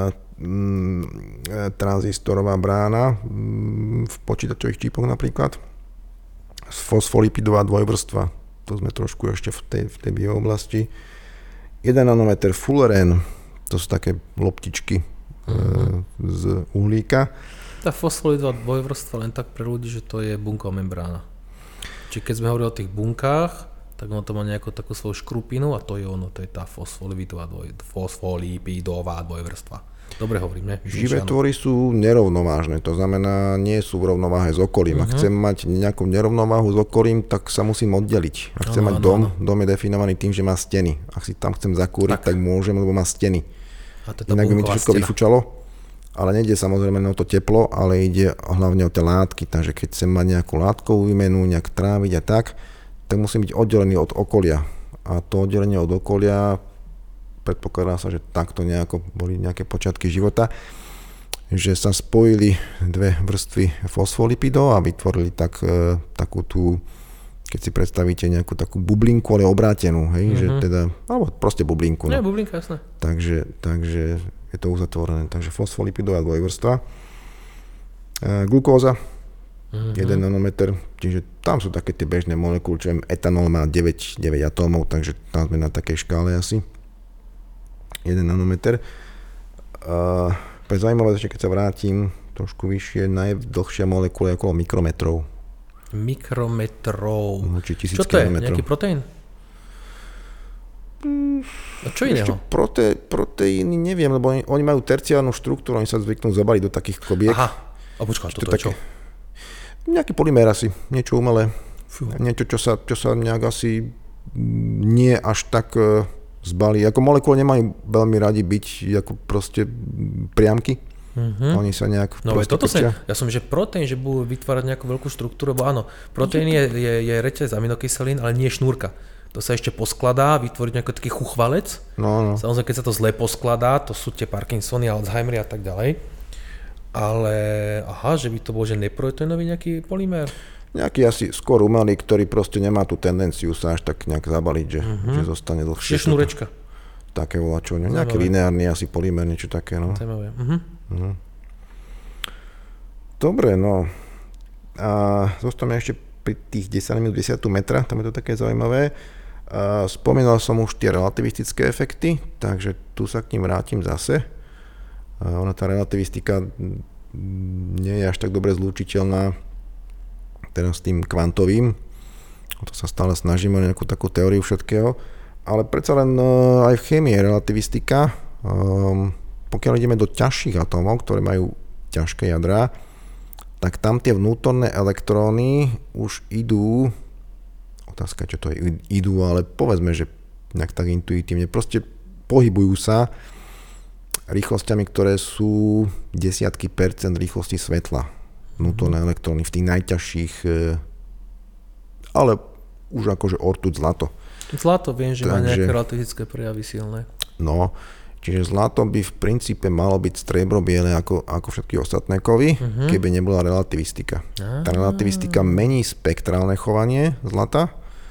tranzistorová brána v počítačových čipoch napríklad. Fosfolipidová dvojvrstva, to sme trošku ešte v tej biooblasti. 1 nanometer fullerén, to sú také loptičky z uhlíka. Tá fosfolipidová dvojvrstva, len tak pre ľudí, že to je bunková membrána. Čiže keď sme hovorili o tých bunkách, tak ono to má nejakú takú svoju škrupinu a to je ono, to je tá fosfolipidová dvojvrstva. Dobre hovorím, ne? Živé tvory sú nerovnovážne, to znamená, nie sú v rovnováhe s okolím. Ak chcem mať nejakú nerovnováhu s okolím, tak sa musím oddeliť. Ak chcem mať dom je definovaný tým, že má steny. Ak si tam chcem zakúriť, tak môžem, lebo má steny. Inak by mi to všetko vyfučalo. Ale nejde samozrejme o to teplo, ale ide hlavne o tie látky. Takže keď chcem mať nejakú látkovú výmenu, nejak tráviť a tak musím byť oddelený od okolia. A to oddelenie od okolia, predpokladá sa, že takto nejako boli nejaké počiatky života, že sa spojili dve vrstvy fosfolipidov a vytvorili takú tú, keď si predstavíte nejakú takú bublinku, ale obrátenú, hej, že teda, alebo proste bublinku. Nie, bublinka, jasné. Takže je to uzatvorené. Takže fosfolipidová dvojvrstva. Glukóza, 1 nanometer, čiže tam sú také tie bežné molekuly, čo etanol má 9 atómov, takže tam sme na takej škále asi. 1 nanometer. Pre zaujímavé, keď sa vrátim trošku vyššie, najdlhšia molekula je okolo mikrometrov. Mikrometrov. Či 1000 čo to je? kilometrov. Nejaký proteín? A čo iného? Proteíny neviem, lebo oni majú terciárnu štruktúru, oni sa zvyknú zabaliť do takých kobiek. Aha, a počkaj, toto je čo? Nejaký polymér asi, niečo umelé. Niečo, čo sa nejak asi nie až tak zbalí. Ako molekuly nemajú veľmi radi byť ako proste priamky. Oni sa nejak toto ja som, že proteín, že budú vytvárať nejakú veľkú štruktúru, lebo áno, proteín je reťaz aminokyselín, ale nie šnúrka. To sa ešte poskladá, vytvorí nejaký taký chuchvalec. No. Samozrejme, keď sa to zle poskladá, to sú tie Parkinsony, Alzheimery a tak ďalej. Ale, že by to bol, že neproteínový nejaký polymér? Nejaký asi skôr umelý, ktorý proste nemá tú tendenciu sa až tak nejak zabaliť, že zostane dlhšie. Čiže šnúrečka. Také volačo, nejaký lineárny asi polymér, niečo také, no. Zaujímavé. Dobre, no. A zostaneme ešte pri tých 10 minút 10 metra, tam je to také zaujímavé. Spomínal som už tie relativistické efekty, takže tu sa k ním vrátim zase. Ona tá relativistika nie je až tak dobre zlúčiteľná teraz s tým kvantovým. O to sa stále snažíme, nejakú takú teóriu všetkého. Ale predsa len aj v chémii je relativistika. Pokiaľ ideme do ťažších atómov, ktoré majú ťažké jadrá, tak tam tie vnútorné elektróny už idú, otázka, čo to je, idú, ale povedzme, že nejak tak intuitívne, proste pohybujú sa rýchlosťami, ktoré sú desiatky percent rýchlosti svetla. Vnútorné elektróny v tých najťažších, ale už akože ortuť, zlato. Zlato viem, že má nejaké relativistické prejavy silné. No, čiže zlato by v princípe malo byť striebro-biele ako všetky ostatné kovy, keby nebola relativistika. Tá relativistika mení spektrálne chovanie zlata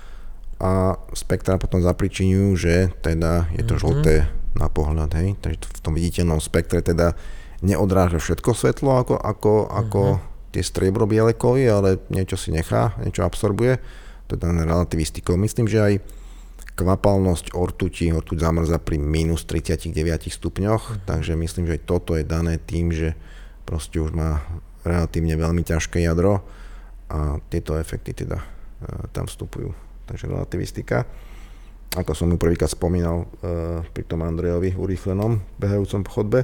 a spektra potom zapričiňujú, že teda je to žlté na pohľad, hej. Takže v tom viditeľnom spektre teda neodráža všetko svetlo ako tie striebro-biele kovy, ale niečo si nechá, niečo absorbuje. To je dané relativistikou. Myslím, že aj kvapalnosť ortuť zamrza pri minus 39 stupňoch, takže myslím, že aj toto je dané tým, že proste už má relatívne veľmi ťažké jadro a tieto efekty teda tam vstupujú. Takže relativistika, ako som ju prvýkrát spomínal pri tom Andrejovi urýchlenom behajúcom chodbe.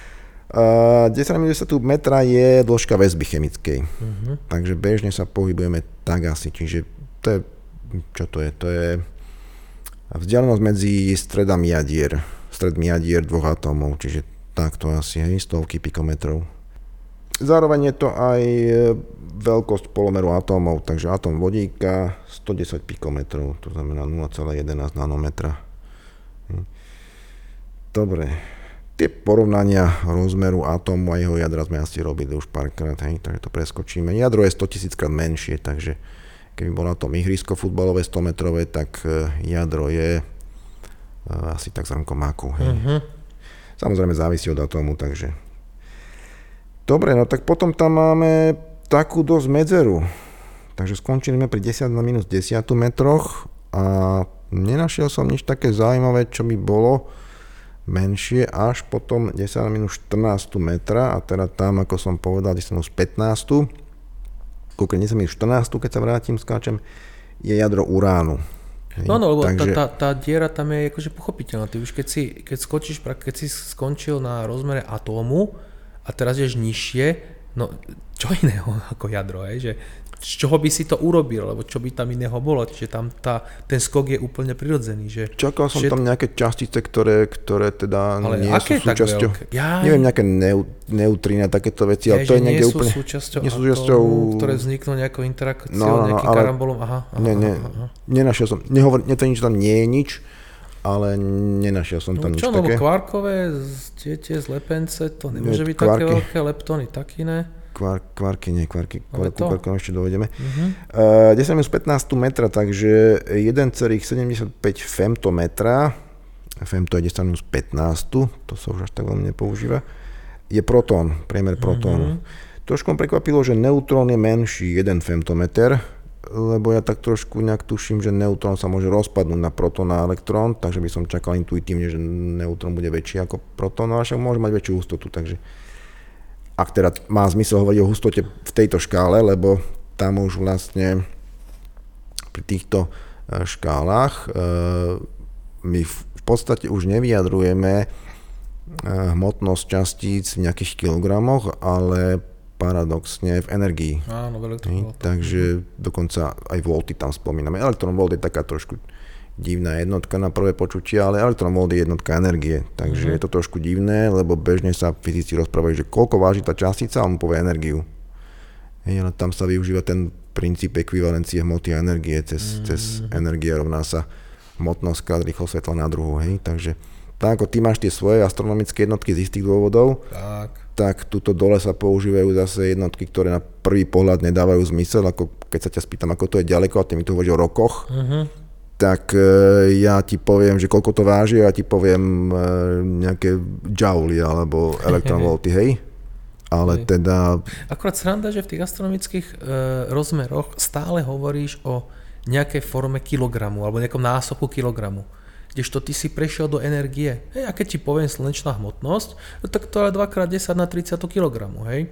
10 metra je dĺžka väzby chemickej, takže bežne sa pohybujeme tak asi, čiže to je, čo to je? To je vzdialenosť medzi stredmi jadier dvoch atómov, čiže takto asi, hej, stovky pikometrov. Zároveň je to aj veľkosť polomeru atómov, takže atóm vodíka 110 pikometrov, to znamená 0,11 nanometra. Dobre, tie porovnania rozmeru atómu a jeho jadra sme asi robili už párkrát, hej, takže to preskočíme. Jadro je 100 000 krát menšie, takže keby bolo na tom ihrisko futbalové 100-metrové, tak jadro je asi tak zrnko máku. Samozrejme závisí od atómu, takže... Dobre, no tak potom tam máme takú dosť medzeru. Takže skončili sme pri 10 na minus 10 metroch a nenašiel som nič také zaujímavé, čo by bolo menšie až potom 10 na minus 14 metra a teda tam, ako som povedal, 10 minus 15. Kúkne 10 minus 14, keď sa vrátim, skáčem, je jadro uránu. No, lebo takže... tá diera tam je akože pochopiteľná. Ty už keď si skončil na rozmere atómu a teraz ješ nižšie, no čo iného ako jadro, že z čoho by si to urobil, lebo čo by tam iného bolo, čiže tam ten skok je úplne prirodzený. Že čakal som tam nejaké častice, ktoré teda ale nie sú súčasťou, neviem, nejaké neutríny a takéto veci, ale to je niekde úplne... Nie sú súčasťou, ktoré vzniknú nejakou interakciou, nejakým karambolom, nenašiel som, netvrdím, že tam nie je nič, ale nenašiel som tam nič také. Lebo kvárkové tie zlepence, to nemôže byť také veľké, leptóny taký ne? Kvárky ešte dovedeme. 10 minus 15 metra, takže 1,75 femtometra, femto je 10 minus 15, to sa už až tak veľmi nepoužíva, je protón, priemer protónu. Trošku prekvapilo, že neutrón je menší, 1 femtometer, lebo ja tak trošku nejak tuším, že neutrón sa môže rozpadnúť na protón a elektrón, takže by som čakal intuitívne, že neutrón bude väčší ako protón, ale však môže mať väčšiu hustotu, takže ak teda má zmysel hovoriť o hustote v tejto škále, lebo tam už vlastne pri týchto škálach my v podstate už nevyjadrujeme hmotnosť častíc v nejakých kilogramoch, ale paradoxne v energii. Áno, v elektronvoltoch. Takže dokonca aj volty tam spomíname. Elektronvolt je taká trošku divná jednotka na prvé počutie, ale elektronvolt je jednotka energie. Takže je to trošku divné, lebo bežne sa fyzici rozprávajú, že koľko váži tá častica, a on povie energiu. Ale tam sa využíva ten princíp ekvivalencie hmoty a energie. Cez energie rovná sa hmotnosť krát rýchlosť svetla na druhu. Takže tak ako ty máš tie svoje astronomické jednotky z istých dôvodov, tak tuto dole sa používajú zase jednotky, ktoré na prvý pohľad nedávajú zmysel, ako keď sa ťa spýtam, ako to je ďaleko, a ty mi tu hovoríš o rokoch, tak ja ti poviem, že koľko to váži, a ja ti poviem nejaké jouly alebo elektronvolty, hej? Ale teda... Akurát sranda, že v tých astronomických rozmeroch stále hovoríš o nejakej forme kilogramu alebo nejakom násobku kilogramu. Kdežto ty si prešiel do energie. Hej, a keď ti poviem slnečná hmotnosť, tak to je 2x10 na 30 kg. Hej?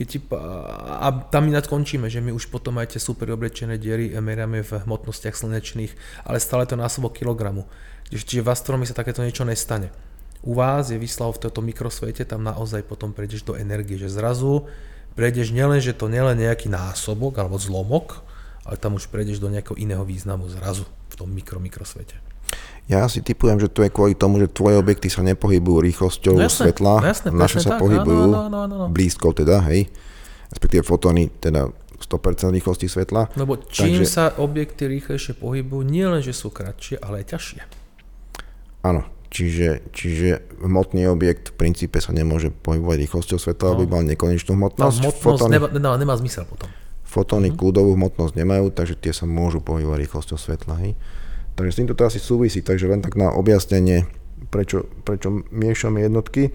A tam ináč končíme, že my už potom aj tie super oblečené diery meriame v hmotnostiach slnečných, ale stále to násobok kilogramu. Čiže v astronomii sa takéto niečo nestane. U vás je výslahu v tomto mikrosvete, tam naozaj potom prejdeš do energie, že zrazu prejdeš nielen, že to nielen nejaký násobok alebo zlomok, ale tam už prejdeš do nejakého iného významu zrazu v tom mikrosvete. Ja si tipujem, že to je kvôli tomu, že tvoje objekty sa nepohybujú rýchlosťou svetla, naše sa pohybujú blízko teda, hej, respektíve fotóny teda 100% rýchlosti svetla. Lebo čím sa objekty rýchlejšie pohybujú, nie len, že sú kratšie, ale aj ťažšie. Áno, čiže hmotný objekt v princípe sa nemôže pohybovať rýchlosťou svetla, aby mal nekonečnú hmotnosť. Nemá zmysel potom. Fotóny kľudovú hmotnosť nemajú, takže tie sa môžu pohybovať rýchlosťou svetla, hej. Takže s týmto to asi súvisí, takže len tak na objasnenie, prečo miešame jednotky.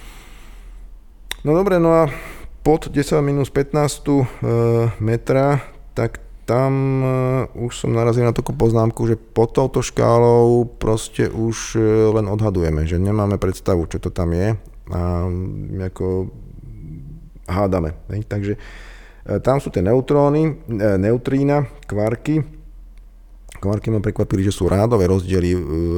No dobre, no a pod 10 minus 15 metra, tak tam už som narazil na takú poznámku, že pod touto škálou proste už len odhadujeme, že nemáme predstavu, čo to tam je a ako hádame. Ne? Takže tam sú tie neutróny, neutrína, kvarky. Kvarky ma prekvapili, že sú rádové rozdiely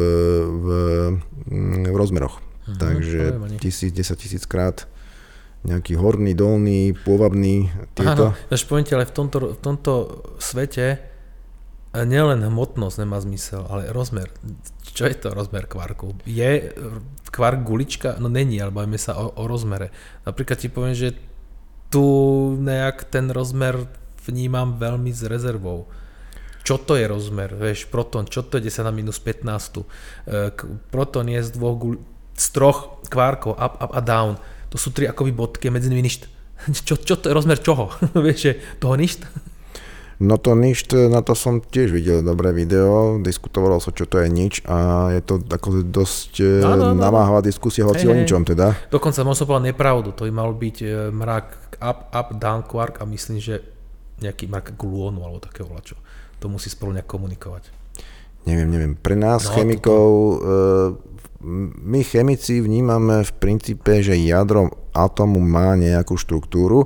v rozmeroch. Takže 1000 krát nejaký horný, dolný, pôvabný, tieto. Áno, poviem ti, ale v tomto svete nielen hmotnosť nemá zmysel, ale rozmer. Čo je to rozmer kvarku? Je kvark gulička? No není, ale bavíme sa o rozmere. Napríklad ti poviem, že tu nejak ten rozmer vnímam veľmi s rezervou. Čo to je rozmer? Vieš, protón, čo to je 10 na minus 15? Protón je z troch kvárkov, up a down. To sú 3 akoby bodky, medzi nimi ništa. Čo to je rozmer čoho? Vieš, že toho ništa? No to nič, na to som tiež videl dobré video, diskutovalo sa, čo to je nič a je to ako dosť namáhavá diskusia, hoci o ničom teda. Dokonca možno som povedal nepravdu, to by mal byť mrak up, down quark a myslím, že nejaký mrak gluónu alebo takého vlačo. To musí spolu nejak komunikovať. Neviem. Pre nás chemikov, my chemici vnímame v princípe, že jadro atomu má nejakú štruktúru,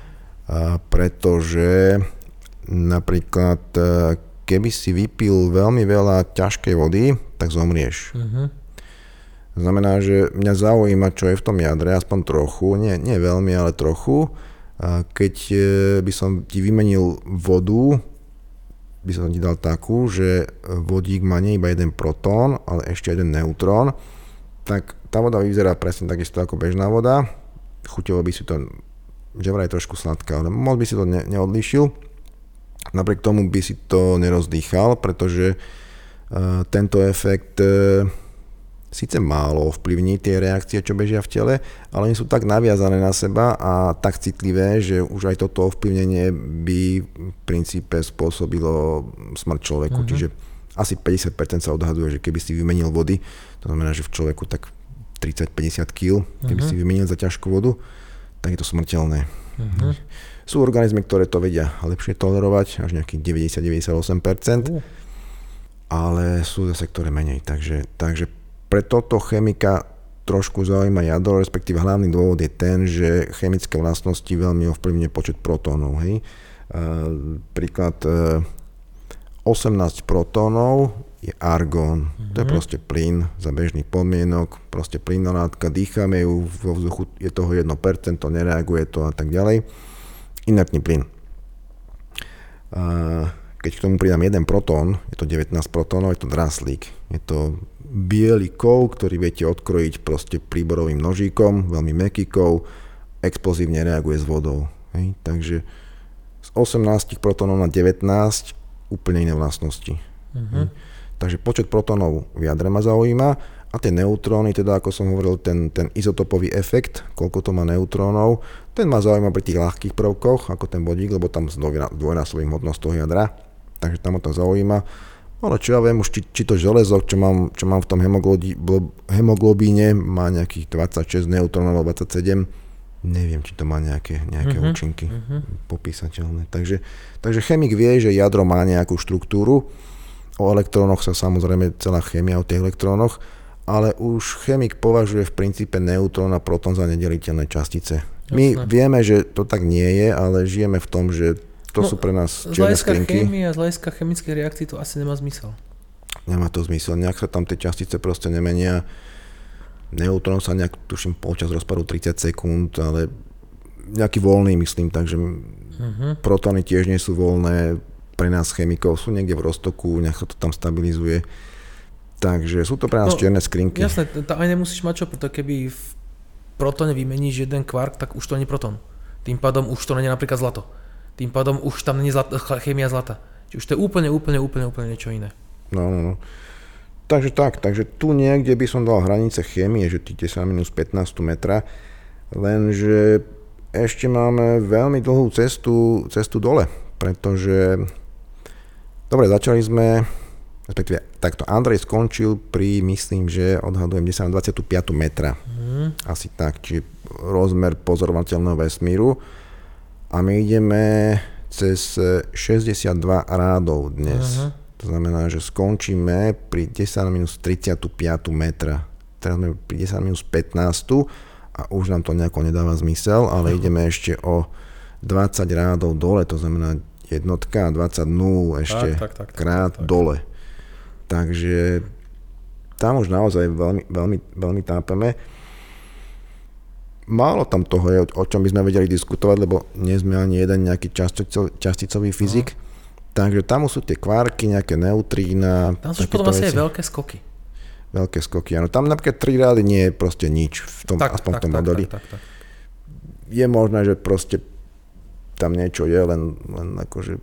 pretože napríklad, keby si vypil veľmi veľa ťažkej vody, tak zomrieš. Znamená, že mňa zaujíma, čo je v tom jadre, aspoň trochu, nie veľmi, ale trochu. Keď by som ti vymenil vodu, by som ti dal takú, že vodík má nie iba jeden protón, ale ešte jeden neutrón, tak tá voda vyzerá presne takisto ako bežná voda. Chutilo by si to, že vraj trošku sladká, ale moc by si to neodlíšil. Napriek tomu by si to nerozdýchal, pretože tento efekt síce málo ovplyvní tie reakcie, čo bežia v tele, ale oni sú tak naviazané na seba a tak citlivé, že už aj toto ovplyvnenie by v princípe spôsobilo smrť človeku. Čiže asi 50% sa odhaduje, že keby si vymenil vody, to znamená, že v človeku tak 30-50 kg, keby si vymenil za ťažkú vodu, tak je to smrteľné. Sú organizmy, ktoré to vedia lepšie tolerovať, až nejakých 90-98%, ale sú zase, ktoré menej. Takže pre toto chemika trošku zaujíma jadro, respektíve hlavný dôvod je ten, že chemické vlastnosti veľmi ovplyvňuje počet protónov. Hej. Príklad 18 protónov je argón. To je proste plyn za bežných podmienok, proste plynná látka, dýchame ju, vo vzduchu je toho 1%, nereaguje to a tak ďalej. Inertný plyn. Keď k tomu pridám jeden protón, je to 19 protónov, je to draslík. Je to biely kov, ktorý viete odkrojiť proste príborovým nožíkom, veľmi mäkký kov, explozívne reaguje s vodou. Hej? Takže z 18 protónov na 19 úplne iné vlastnosti. Takže počet protónov v jadre ma zaujíma a tie neutróny, teda ako som hovoril, ten izotopový efekt, koľko to má neutrónov, ten ma zaujíma pri tých ľahkých prvkoch, ako ten vodík, lebo tam dvojnásobím hmotnosť toho jadra, takže tam ma to zaujíma. Ale čo ja viem už, či to železo, čo mám v tom hemoglobíne, má nejakých 26 neutrónov alebo 27, neviem, či to má nejaké účinky popísateľné. Takže chemik vie, že jadro má nejakú štruktúru, o elektrónoch sa samozrejme celá chémia o tých elektrónoch, ale už chemik považuje v princípe neutrón a protón za nedeliteľné častice. My vieme, že to tak nie je, ale žijeme v tom, že to sú pre nás čierne skrinky. Z hľadiska chemických reakcií to asi nemá zmysel. Nemá to zmysel, nejak sa tam tie častice proste nemenia. Neutrón sa nejak, tuším, počas rozpadu 30 sekúnd, ale nejaký voľný, myslím, takže protóny tiež nie sú voľné. Pre nás chemikov sú niekde v roztoku, nejak sa to tam stabilizuje. Takže sú to pre nás čierne skrinky. Jasné, to aj nemusíš mať čo, preto keby v protóne vymeníš jeden kvark, tak už to nie je protón. Tým pádom už to nie je napríklad zlato. Tým pádom už tam nie je chémia zlata. Čiže už to je úplne niečo iné. No. Takže tu niekde by som dal hranice chémie, že tí 10 minus 15 metra, lenže ešte máme veľmi dlhú cestu dole, pretože dobre, začali sme, respektíve takto, Andrej skončil pri, myslím, že odhadujem 10 na 25 metra. Asi tak, čiže rozmer pozorovateľného vesmíru. A my ideme cez 62 rádov dnes. To znamená, že skončíme pri 10 minus 35 metra. Teraz sme pri 10 minus 15 a už nám to nejako nedáva zmysel, ale ideme ešte o 20 rádov dole, to znamená jednotka a 20 nul ešte krát dole. Takže tam už naozaj veľmi tápeme. Málo tam toho je, o čom by sme vedeli diskutovať, lebo nie sme ani jeden nejaký časticový fyzik. Takže tam sú tie kvárky, nejaké neutrína. Tam sú potom asi aj veľké skoky. Veľké skoky, áno. Tam napríklad 3 rády nie je proste nič, aspoň v tom modeli. Tak. Je možné, že proste tam niečo je, len akože...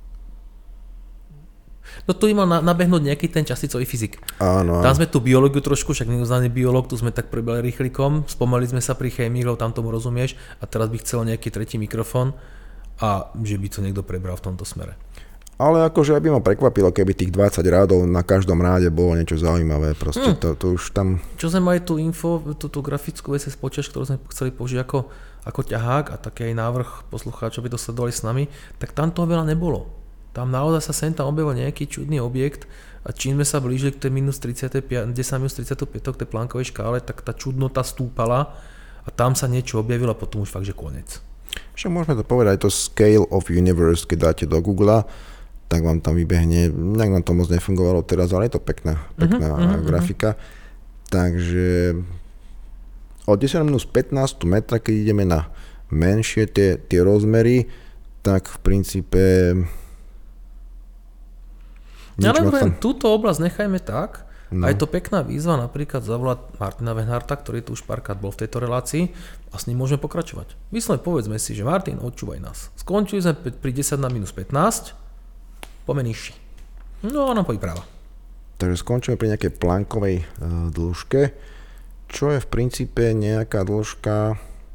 No tu mal nabehnúť nejaký ten časticový fyzik. Áno. Tam sme tu biológiu trošku, však neuznaný biológ, tu sme tak prebali rýchlikom, spomalili sme sa pri chémii, tam tomu rozumieš a teraz by chcel nejaký tretí mikrofón a že by to niekto prebral v tomto smere. Ale akože by ma prekvapilo, keby tých 20 rádov na každom ráde bolo niečo zaujímavé. Proste to už tam... Čo sme mali tú info, tú grafickú VSS počítač, ktorú sme chceli použiť ako ťahák a taký aj návrh poslucháčov, aby to sledovali s nami, tak tam toho veľa nebolo. Tam naozaj sa sem tam objavil nejaký čudný objekt a čím sme sa blížili k tej minus 35, 10 minus 35, k tej plánkovej škále, tak tá čudnota stúpala a tam sa niečo objavilo a potom už fakt, že koniec. Však môžeme to povedať, to Scale of Universe, keď dáte do Google, tak vám tam vybehne, nejak nám to moc nefungovalo teraz, ale je to pekná grafika. Takže od 10 minus 15 metra, keď ideme na menšie tie rozmery, tak v princípe... Ja len túto oblasť nechajme tak, a je to pekná výzva napríklad zavolať Martina Wenharta, ktorý tu už párkrát bol v tejto relácii a s ním môžeme pokračovať. Vyslovene povedzme si, že Martin, odčúvaj nás. Skončili sme pri 10 na minus 15, poďme nižší. No a nám poď práva. Takže skončíme pri nejakej plánkovej dĺžke, čo je v princípe nejaká dĺžka,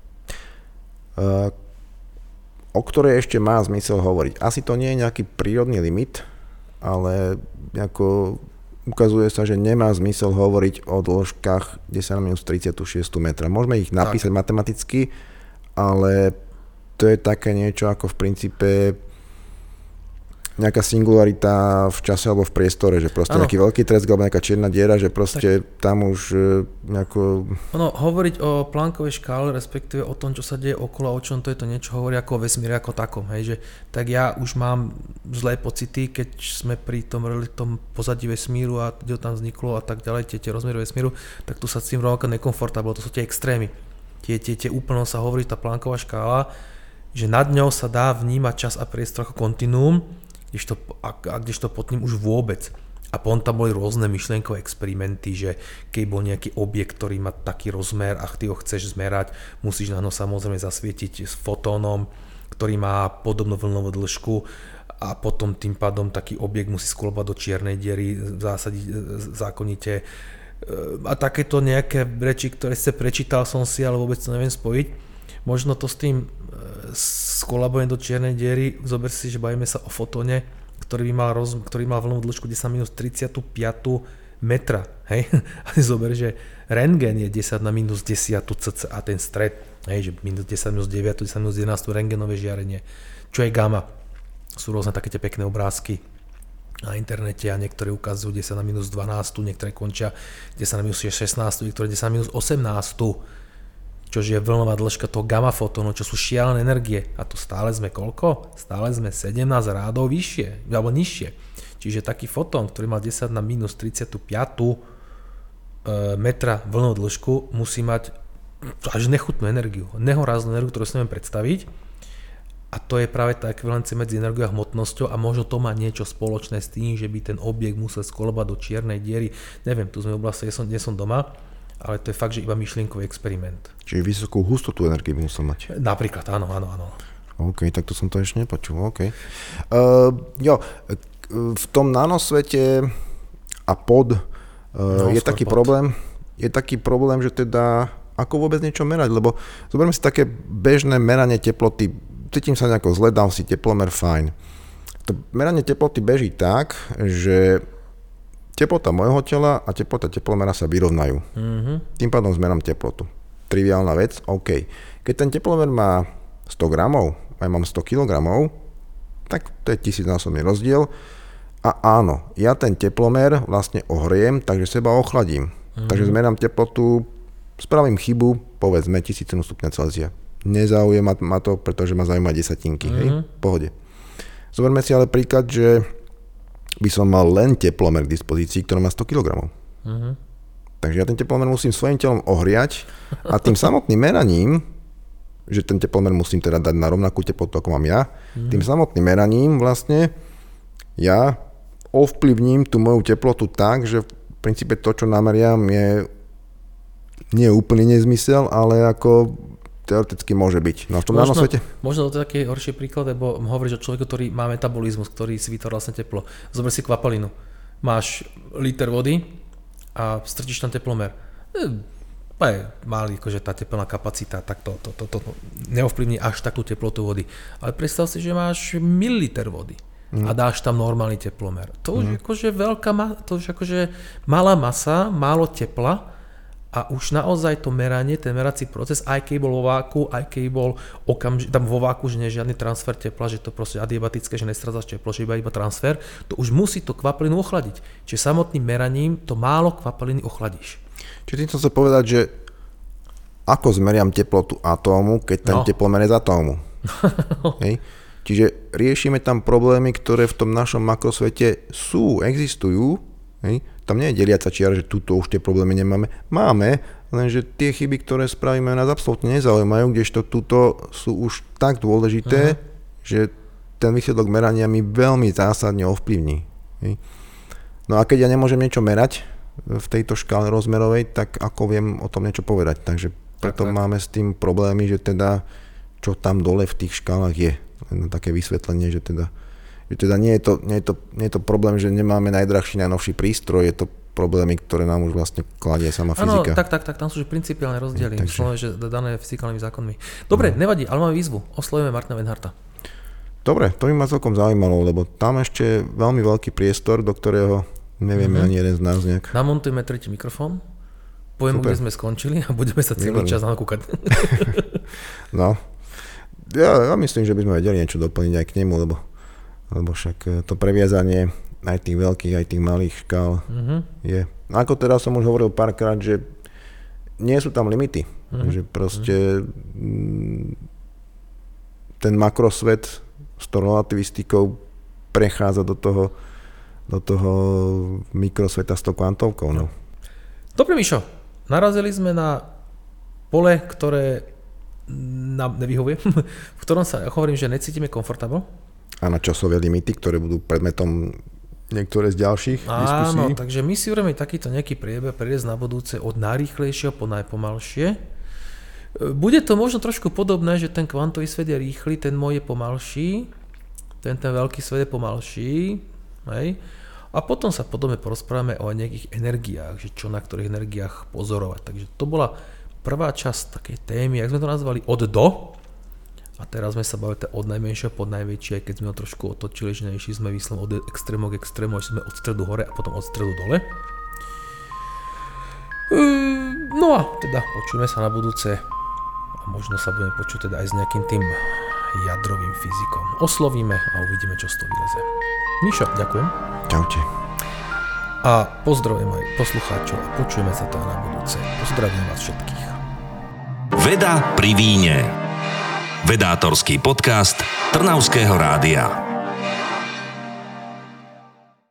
o ktorej ešte má zmysel hovoriť. Asi to nie je nejaký prírodný limit, ale ako ukazuje sa, že nemá zmysel hovoriť o dĺžkach 10 minus 36 metra. Môžeme ich napísať matematicky, ale to je také niečo ako v princípe nejaká singularita v čase alebo v priestore, že proste nejaký veľký tresk alebo nejaká čierna diera, že proste tak, tam už nejako... Hovoriť o Planckovej škále, respektíve o tom, čo sa deje okolo, o čom to je to niečo, hovorí ako o vesmíre ako takom, hej, že tak ja už mám zlé pocity, keď sme pri tom pozadí vesmíru a kde tam vzniklo a tak ďalej, tie rozmiery vesmíru, tak tu sa s tým rovnako nekomfortable, to sú tie extrémy. Tie úplne sa hovorí, tá Plancková škála, že nad ňou sa dá vnímať čas a priestor ako kontinuum, kdežto pod ním už vôbec. A potom tam boli rôzne myšlienkové experimenty, že keď bol nejaký objekt, ktorý má taký rozmer a ty ho chceš zmerať, musíš na ňo samozrejme zasvietiť s fotónom, ktorý má podobnú vlnovú dĺžku a potom tým pádom taký objekt musí skolbať do čiernej diery, zásadiť zákonite. A takéto nejaké reči, ktoré ste prečítal som si, ale vôbec to neviem spojiť. Možno to s tým skolabovaním do čiernej diery, zober si, že bavíme sa o fotóne, ktorý mal vlnovú dĺžku 10 minus 35 metra. Hej? A zober, že rentgen je 10 na minus 10 cca a ten stred, hej, že minus 10 minus 9, 10 minus 11 rentgenové žiarenie. Čo je gamma? Sú rôzne také tie pekné obrázky na internete a niektoré ukazujú 10 na minus 12, niektoré končia 10 na minus 16, niektoré 10 na minus 18. Čože je vlnová dĺžka toho gamma fotónu, čo sú šialené energie. A tu stále sme koľko? Stále sme 17 rádov vyššie, alebo nižšie. Čiže taký fotón, ktorý má 10 na minus 35 metra vlnovú dĺžku, musí mať až nechutnú energiu, nehoráznú energiu, ktorú si neviem predstaviť. A to je práve tá ekvivalencia medzi energiou a hmotnosťou a možno to má niečo spoločné s tým, že by ten objekt musel skolobať do čiernej diery. Neviem, tu sme v oblasti, nie som doma, ale to je fakt, že iba myšlienkový experiment. Čiže vysokú hustotu energie by musel mať. Napríklad, áno. OK, tak to som to ešte nepočul, OK. V tom nanosvete a pod je taký problém, že teda ako vôbec niečo merať, lebo zoberme si také bežné meranie teploty, cítim sa nejako zle, dám si teplomer, fajn. To meranie teploty beží tak, že teplota môjho tela a teplota teplomera sa vyrovnajú. Tým pádom zmerám teplotu. Triviálna vec, OK. Keď ten teplomer má 100 gramov a ja mám 100 kilogramov, tak to je 1000-násobný rozdiel. A áno, ja ten teplomer vlastne ohriem, takže seba ochladím. Takže zmerám teplotu, spravím chybu, povedzme 1000 stupňa Celzia. Nezaujíma ma to, pretože ma zaujíma desatinky. Hej? Pohode. Zoberme si ale príklad, že by som mal len teplomer k dispozícii, ktorý má 100 kg. Takže ja ten teplomer musím svojím telom ohriať a tým samotným meraním, že ten teplomer musím teda dať na rovnakú teplotu, ako mám ja, tým samotným meraním vlastne ja ovplyvním tú moju teplotu tak, že v princípe to, čo nameriam, je nie úplný nezmysel, ale ako teoreticky môže byť. No v tom nanosvete? Možno to je taký horší príklad, lebo hovoríš o človeku, ktorý má metabolizmus, ktorý si vytvára vlastne teplo. Zober si kvapalinu. Máš liter vody a strčíš tam teplomer. mali, akože tá teplná kapacita, tak to neovplyvní až takú teplotu vody. Ale predstav si, že máš mililiter vody a dáš tam normálny teplomer. To už akože to už akože malá masa, málo tepla a už naozaj to meranie, ten merací proces, aj keď bol vo váku, aj keď bol tam vo váku, že nie je žiadny transfer tepla, že to proste adiabatické, že nestrácaš teplo, že iba transfer, to už musí to kvapalinu ochladiť. Čiže samotným meraním to málo kvapaliny ochladíš. Čiže tým som chcel povedať, že ako zmeriam teplotu atómu, keď ten teplomer je z atómu. Hej? Čiže riešime tam problémy, ktoré v tom našom makrosvete existujú. Hej? Tam nie je deliaca čiara, že tuto už tie problémy nemáme. Máme, lenže tie chyby, ktoré spravíme, nás absolútne nezaujímajú, kdežto tuto sú už tak dôležité, že ten výsledok merania mi veľmi zásadne ovplyvní. Hej? No a keď ja nemôžem niečo merať v tejto škále rozmerovej, tak ako viem o tom niečo povedať. Takže preto máme s tým problémy, že teda čo tam dole v tých škálach je. Len také vysvetlenie, že teda nie je to problém, že nemáme najdrahší, najnovší prístroj, je to problémy, ktoré nám už vlastne kladie sama fyzika. Áno, tak, tam sú principiálne rozdiely. Takže... že dané fyzikálnymi zákonmi. Dobre, nevadí, ale máme výzvu. Oslovíme Martina Wenharta. Dobre, to by ma celkom zaujímalo, lebo tam ešte veľmi veľký priestor, do ktorého nevieme ani jeden z nás nejak. Namontujeme tretí mikrofón, povieme, kde sme skončili a budeme sa celý čas nakúkať. No, ja myslím, že by sme vedeli niečo doplniť aj k nemu, lebo však to previazanie aj tých veľkých, aj tých malých škál je. Ako teraz som už hovoril párkrát, že nie sú tam limity. Že proste ten makrosvet s tou relativistikou prechádza do toho mikrosveta s tou kvantovkou. No. Dobre, Mišo, narazili sme na pole, ktoré nám nevyhovuje, v ktorom sa hovorím, že necítime komfortable. A na časové limity, ktoré budú predmetom niektoré z ďalších diskusí. Áno, takže my si urobíme takýto nejaký priebeh prejsť na budúce od najrýchlejšieho po najpomalšie. Bude to možno trošku podobné, že ten kvantový svet je rýchly, ten môj je pomalší, ten veľký svet je pomalší. Hej. A potom sa podobne porozprávame o nejakých energiách, že čo na ktorých energiách pozorovať. Takže to bola prvá časť takej témy, jak sme to nazvali, od do. A teraz sme sa bavili od najmenšieho po najväčšie, keď sme ho trošku otočili, že nejšli sme výslom od extrému k extrému, že sme od stredu hore a potom od stredu dole. No a teda počujeme sa na budúce a možno sa budeme počuť teda aj s nejakým tým jadrovým fyzikom. Oslovíme a uvidíme, čo z toho vyleze. Mišo, ďakujem. Čaute. A pozdravujem aj poslucháčov a počujeme sa to na budúce. Pozdravujem vás všetkých. Veda pri víne. Vedátorský podcast Trnavského rádia.